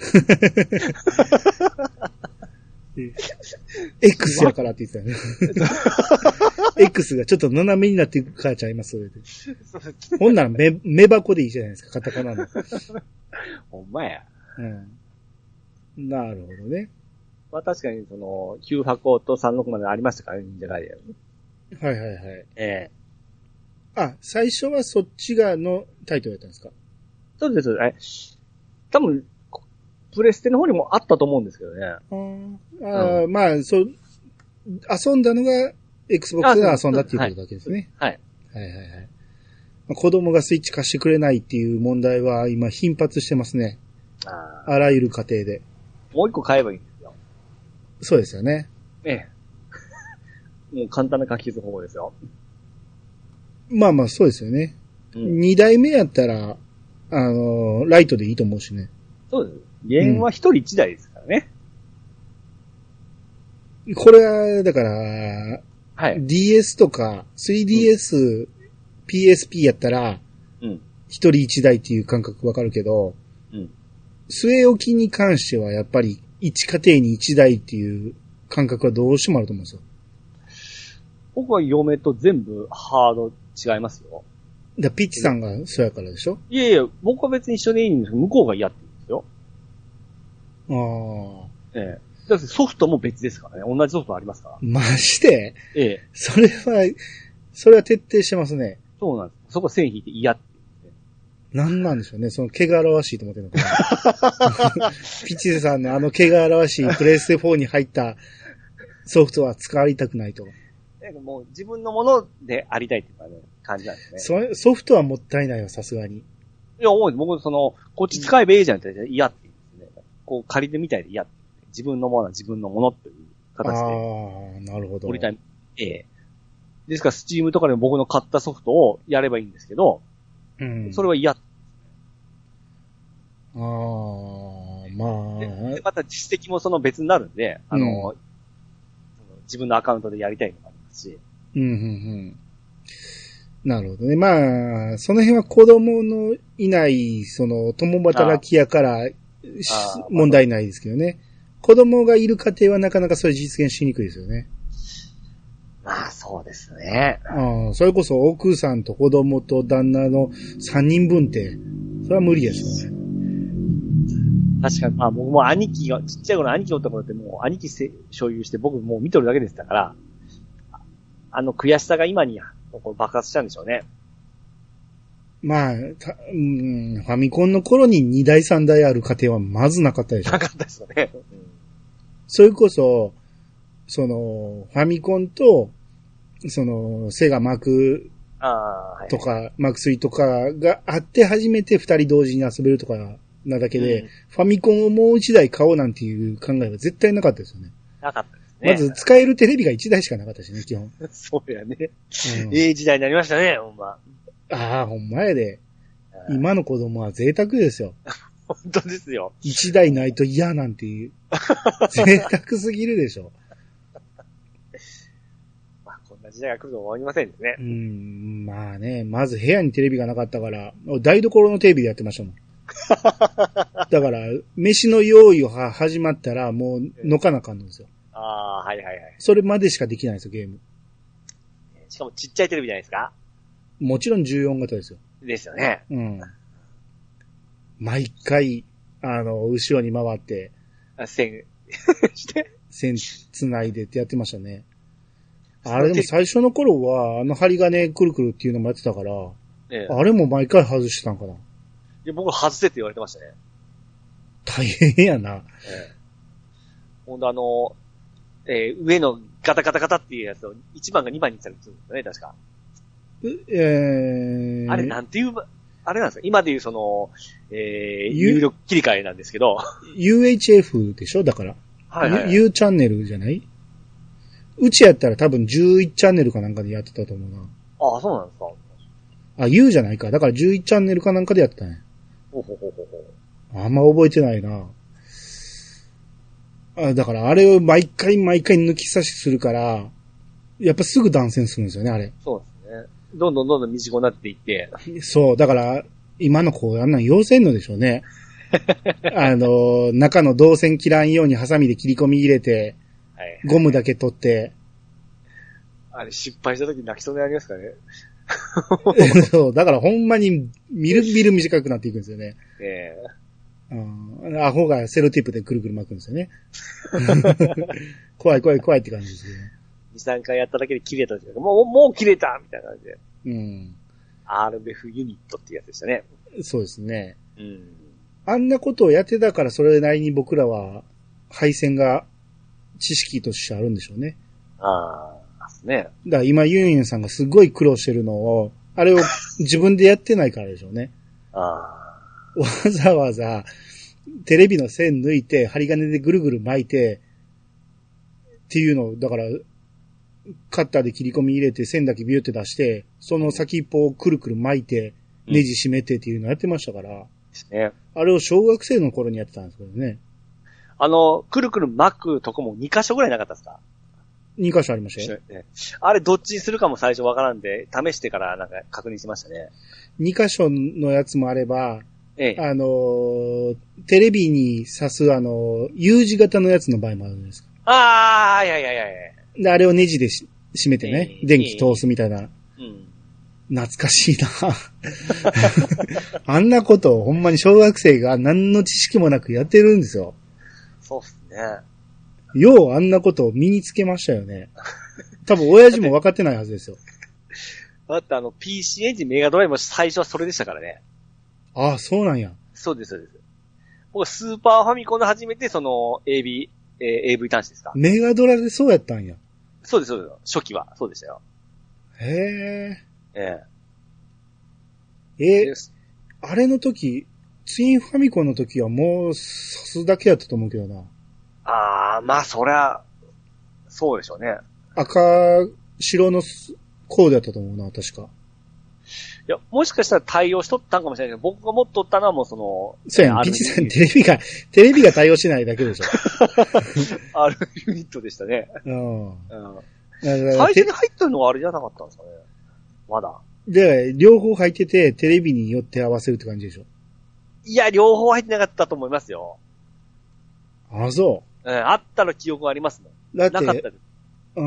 X やからって言ってたね。X がちょっと斜めになっていくからちゃいます、それで。ほんなら目、目箱でいいじゃないですか、カタカナの。 ほんまや。 うん。なるほどね。 まあ確かにその、きゅう箱とさんじゅうろくまでありましたからね、忍者ガイデン。はいはいはい。 ええー。あ、最初はそっちがのタイトルやったんですか？ そうです。え、多分、プレステの方にもあったと思うんですけどね。ああ、うん、まあ、そう、遊んだのが Xbox で遊んだっていうことだけですね。 はい。 はいはいはいはい。まあ、子供がスイッチ貸してくれないっていう問題は今頻発してますね。あ, あらゆる家庭で。 もう一個買えばいいんですよ。 そうですよね。 ええ。もう簡単な書き消す方法ですよ。 まあまあそうですよね。うん、二代目やったら、あのー、ライトでいいと思うしね。 そうです。ゲームは一人一台ですからね。 うん、これは、だから、 はい。 ディーエス とか スリーディーエス、うん、ピーエスピー やったら、うん。一人一台っていう感覚わかるけど、うん。据え置きに関してはやっぱり一家庭に一台っていう感覚はどうしてもあると思うんですよ。 僕は嫁と全部ハード違いますよ。 だピッチさんがそうやからでしょ？ いやいや、僕は別に一緒でいいんですけど、向こうが嫌って言うんですよ。 ああ。 ええ。だってソフトも別ですからね。同じソフトありますから。 マジで？ ええ。 それは、それは徹底してますね。 そうなんです。そこ線引いて嫌って言うんですね。なんなんでしょうね。その毛が表しいと思ってるのかな。ピッチさんのあの毛が表しいプレイステフォーに入ったソフトは使いたくないと。 もう自分のものでありたいっていうかね、感じなんですね。 それ、ソフトはもったいないよ、さすがに。 いや、思う僕、その、こっち使えばいいじゃんって嫌って言うんですね。こう借りてみたいで嫌って。自分のものは自分のものっていう形で。 ああ、なるほど。 売りたい。ええ。ですから、スチームとかでも僕の買ったソフトをやればいいんですけど、うん。それは嫌。ああ、まあ。 で、また実績もその別になるんで、あの、うん、自分のアカウントでやりたいのもありますし。 うん、うん、うん。なるほどね。まあ、その辺は子供のいない、その、共働きやから、問題ないですけどね。子供がいる家庭はなかなかそれ実現しにくいですよね。 まあ、そうですね。 ああ、それこそ奥さんと子供と旦那のさんにんぶんって、それは無理ですよね。 確かに、まあ僕も兄貴が、ちっちゃい頃兄貴おった頃ってもう兄貴せ所有して僕もう見とるだけでしたから、あの悔しさが今に爆発したんでしょうね。 まあ、たうん、ファミコンの頃ににだいさんだいある家庭はまずなかったでしょ。 なかったですよね。うん、 それこそ、その、ファミコンと、その、セガマークとか、はい、マークスリーとかがあって初めて二人同時に遊べるとかなだけで、うん、ファミコンをもう一台買おうなんていう考えは絶対なかったですよね。 なかったですね。 まず使えるテレビが一台しかなかったしね、基本。 そうやね。うん、ええ時代になりましたね、ほんま。 ああ、ほんまやで。今の子供は贅沢ですよ。 本当ですよ。 一台ないと嫌なんていう。贅沢すぎるでしょ。 まあ、こんな時代が来ると思いませんね。 うん、まあね、まず部屋にテレビがなかったから、台所のテレビでやってましたもん。 だから、飯の用意が始まったら、もう、のかなかんのですよ。 ああ、はいはいはい。 それまでしかできないんですよ、ゲーム。 しかもちっちゃいテレビじゃないですか？ もちろんじゅうよん型ですよ。 ですよね。 うん。毎回、あの、後ろに回って、 線、して。 線繋いでってやってましたね。あれでも最初の頃は、あの針金くるくるっていうのもやってたから、ええ、あれも毎回外してたんかな。いや、僕外せって言われてましたね。 大変やな。ええ、ほんとあの、えー、上のガタガタガタっていうやつをいちばんがにばんにしたりするんですよね、確か。 えー、 あれなんていう、あれなんですか？今でいうその、えー、入力切り替えなんですけど。 ユーエイチエフ でしょだから。 はいはい、はい。 U チャンネルじゃない？うちやったら多分じゅういちチャンネルかなんかでやってたと思うな。 ああ、そうなんですか。 あ、U じゃないか。だからじゅういちチャンネルかなんかでやってたね。 ほほほほほ。あんま覚えてないな。あ、だからあれを毎回毎回抜き差しするから、やっぱすぐ断線するんですよね、あれ。 そうですね。どんどんどんどん短くなっていって。 そう、だから、今の子あんなん要せんのでしょうね。あの、中の導線切らんようにハサミで切り込み入れて、はい、ゴムだけ取って。 あれ失敗した時泣きそうになりますかね。 そう、だからほんまにみるみる短くなっていくんですよね。ええー。うん、アホがセロテープでくるくる巻くんですよね。怖い怖い怖いって感じですよね。 に、さんかいやっただけで切れたんですけど、もう、もう切れたみたいな感じで。うん。アールエフ ユニットっていうやつでしたね。 そうですね。 うん。 あんなことをやってたからそれなりに僕らは配線が知識としてあるんでしょうね。 ああ、ですね。 だから今ユンユンさんがすごい苦労してるのを、あれを自分でやってないからでしょうね。ああ。わざわざテレビの線抜いて針金でぐるぐる巻いてっていうのを、だからカッターで切り込み入れて線だけビューって出して、その先っぽをくるくる巻いてネジ締めてっていうのをやってましたから。ですね。あれを小学生の頃にやってたんですけどね。 あの、くるくる巻くとこもに箇所ぐらいなかったですか？ に箇所ありましたよ。 ね、あれどっちにするかも最初わからんで、試してからなんか確認しましたね。 に箇所のやつもあれば、ええ、あのー、テレビに挿すあのー、U 字型のやつの場合もあるんですか？ ああ、いやいやいやいや。 で、あれをネジでし締めてね、ええ、電気通すみたいな。うん。懐かしいなあんなことをほんまに小学生が何の知識もなくやってるんですよ。 そうっすね。 ようあんなことを身につけましたよね。多分親父も分かってないはずですよ。 だってあの ピーシー エンジンメガドライブも最初はそれでしたからね。 ああ、そうなんや。 そうです、そうです。僕スーパーファミコンで初めてその エービー、えー、エーブイ 端子ですか。 メガドラでそうやったんや。 そうです、そうです。初期はそうでしたよ。 へえ。 ええ。えー、あれの時、ツインファミコンの時はもう、刺すだけやったと思うけどな。 ああ、まあそりゃ、そうでしょうね。 赤、白のコードやったと思うな、確か。 いや、もしかしたら対応しとったんかもしれないけど、僕が持っとったのはもうその、 そうやん、ピチさんテレビが、テレビが対応しないだけでしょ。 アールユニットでしたね。うん。うん、最初に入ったのはあれじゃなかったんですかね。まだ。 で、両方入ってて、テレビによって合わせるって感じでしょ。 いや、両方入ってなかったと思いますよ。 あ、そう。 うん、あったの記憶がありますもん。 だって、なかったです。うん。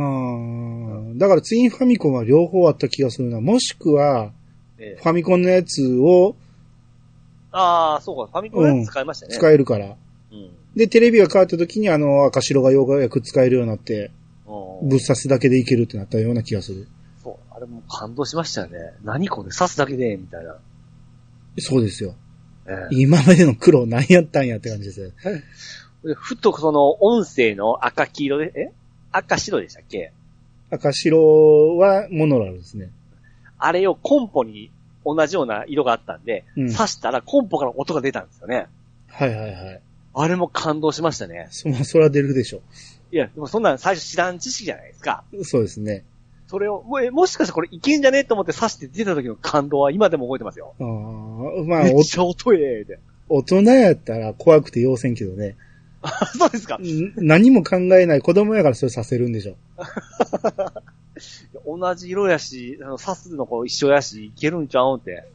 だからツインファミコンは両方あった気がするな。もしくは、ええ、ファミコンのやつを、 ああ、そうか、ファミコンのやつ使いましたね。 うん、使えるから。うん、で、テレビが変わった時にあの赤白がようやく使えるようになって、ぶっ刺すだけでいけるってなったような気がする。 そう、あれも感動しましたよね。何これ刺すだけでみたいな。 そうですよ。ええ、今までの苦労何やったんやって感じですよ。 ふとその音声の赤黄色で、え赤白でしたっけ？ 赤白はモノラルですね。 あれをコンポに同じような色があったんで、うん、刺したらコンポから音が出たんですよね。 はいはいはい。 あれも感動しましたね。 そ、そら出るでしょ。 いや、でもそんな最初知らん知識じゃないですか。 そうですね。 それを、も, もしかしてこれいけんじゃねえと思って刺して出た時の感動は今でも覚えてますよ。 ああ、まあ、めっちゃ音ええで。 大人やったら怖くて要せんけどね。 そうですか。 何も考えない子供やからそれさせるんでしょ。 同じ色やし、刺すの子一緒やし、いけるんちゃうんって。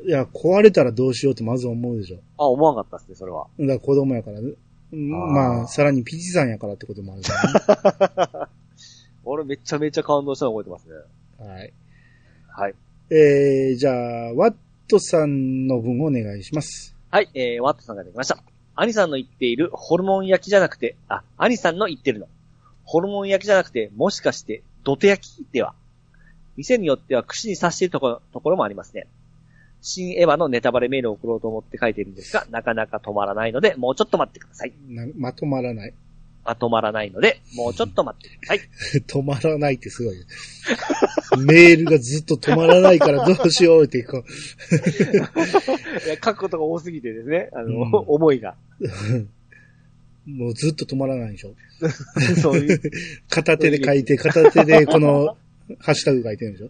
いや、壊れたらどうしようってまず思うでしょ。 あ、思わなかったですね、それは。 だから子供やから、ね、まあ、さらにピチさんやからってこともあるからね。 俺めちゃめちゃ感動したの覚えてますね。はい。 はい。 えー、じゃあ、ワットさんの分をお願いします。 はい、えー、ワットさんができました。アニさんの言っているホルモン焼きじゃなくて、あ、アニさんの言ってるの。ホルモン焼きじゃなくて、もしかして、土手焼きでは。店によっては串に刺しているところ、ところもありますね。新エヴァのネタバレメールを送ろうと思って書いているんですが、なかなか止まらないので、もうちょっと待ってください。 なまとまらない。 まとまらないので、もうちょっと待ってください。 止まらないってすごい。メールがずっと止まらないからどうしようってこう。 いや、書くことが多すぎてですね、あの、うん、思いが。 もうずっと止まらないでしょ。 そういう。 片手で書いて、片手でこの、ハッシュタグ書いてるんでしょ。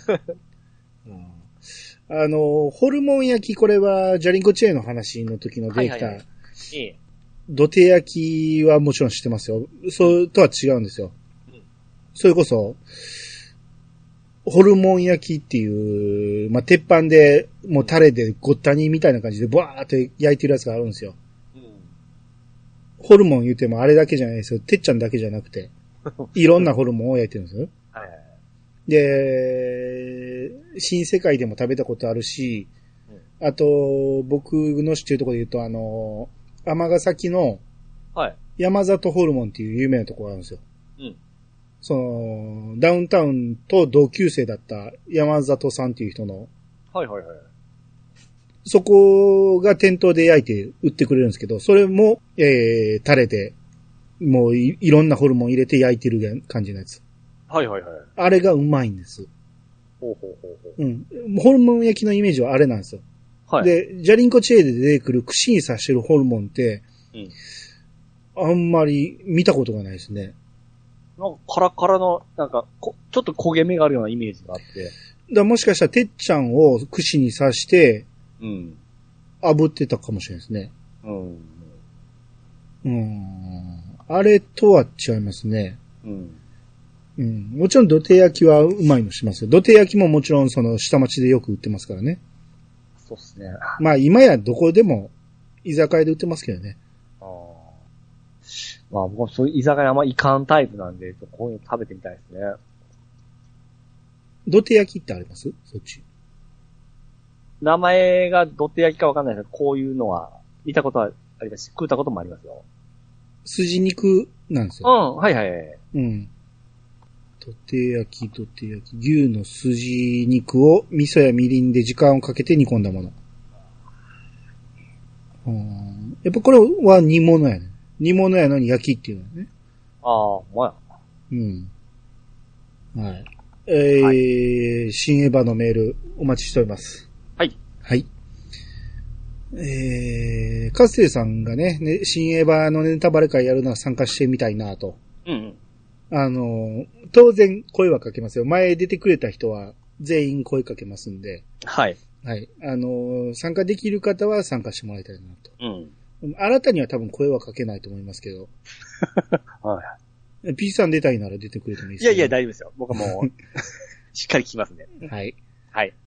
あの、ホルモン焼き、これは、ジャリンコチェーンの話の時のデータ。はいはいはい、いい。土手焼きはもちろん知ってますよ。そうとは違うんですよ。うん、それこそ、ホルモン焼きっていう、まあ、鉄板で、もうタレでごったにみたいな感じで、バーって焼いてるやつがあるんですよ。うん、ホルモン言うてもあれだけじゃないですよ。てっちゃんだけじゃなくて、いろんなホルモンを焼いてるんですよ。はいはいはい、で、新世界でも食べたことあるし、うん、あと、僕の知ってるところで言うと、あの、尼崎の、山里ホルモンっていう有名なところがあるんですよ。うん。その、ダウンタウンと同級生だった山里さんっていう人の、 はいはいはい。 そこが店頭で焼いて売ってくれるんですけど、それも、えー、タレで、もう い, いろんなホルモン入れて焼いてる感じのやつ。 はいはいはい。 あれがうまいんです。 ほうほうほうほう。うん。ホルモン焼きのイメージはあれなんですよ。はい。で、ジャリンコチェーで出てくる串に刺してるホルモンって、うん、あんまり見たことがないですね。 なんかカラカラの、なんかこ、ちょっと焦げ目があるようなイメージがあって。 だもしかしたらてっちゃんを串に刺して、うん。炙ってたかもしれないですね。うん。うん。あれとは違いますね。うん。うん。もちろん土手焼きはうまいのしますよ。土手焼きももちろんその下町でよく売ってますからね。 そうっすね。 まあ今やどこでも居酒屋で売ってますけどね。ああ。 まあ僕はそういう居酒屋あんまいかんタイプなんで、こういうの食べてみたいですね。 土手焼きってあります？そっち。 名前が土手焼きかわかんないですけど、こういうのは見たことはありますし、食ったこともありますよ。 筋肉なんですよ。 うん、はいはいはい。うん。 土手焼き、土手焼き。牛の筋肉を味噌やみりんで時間をかけて煮込んだもの。うん、やっぱこれは煮物やね。煮物やのに焼きっていうのね。 ああ、ほんまや。 うん。はい。えー、はい、新エヴァのメールお待ちしております。 はい。 はい。えー、カステルさんがね、ね新エヴァのネタバレ会やるのは参加してみたいなと。うん、うん。あの、当然声はかけますよ。前出てくれた人は全員声かけますんで。 はい。 はい。あの、参加できる方は参加してもらいたいなと。うん。新たには多分声はかけないと思いますけど。はい。P さん出たいなら出てくれてもいいですか、いやいや、大丈夫ですよ。僕はもう、しっかり聞きますね。 はい。 はい。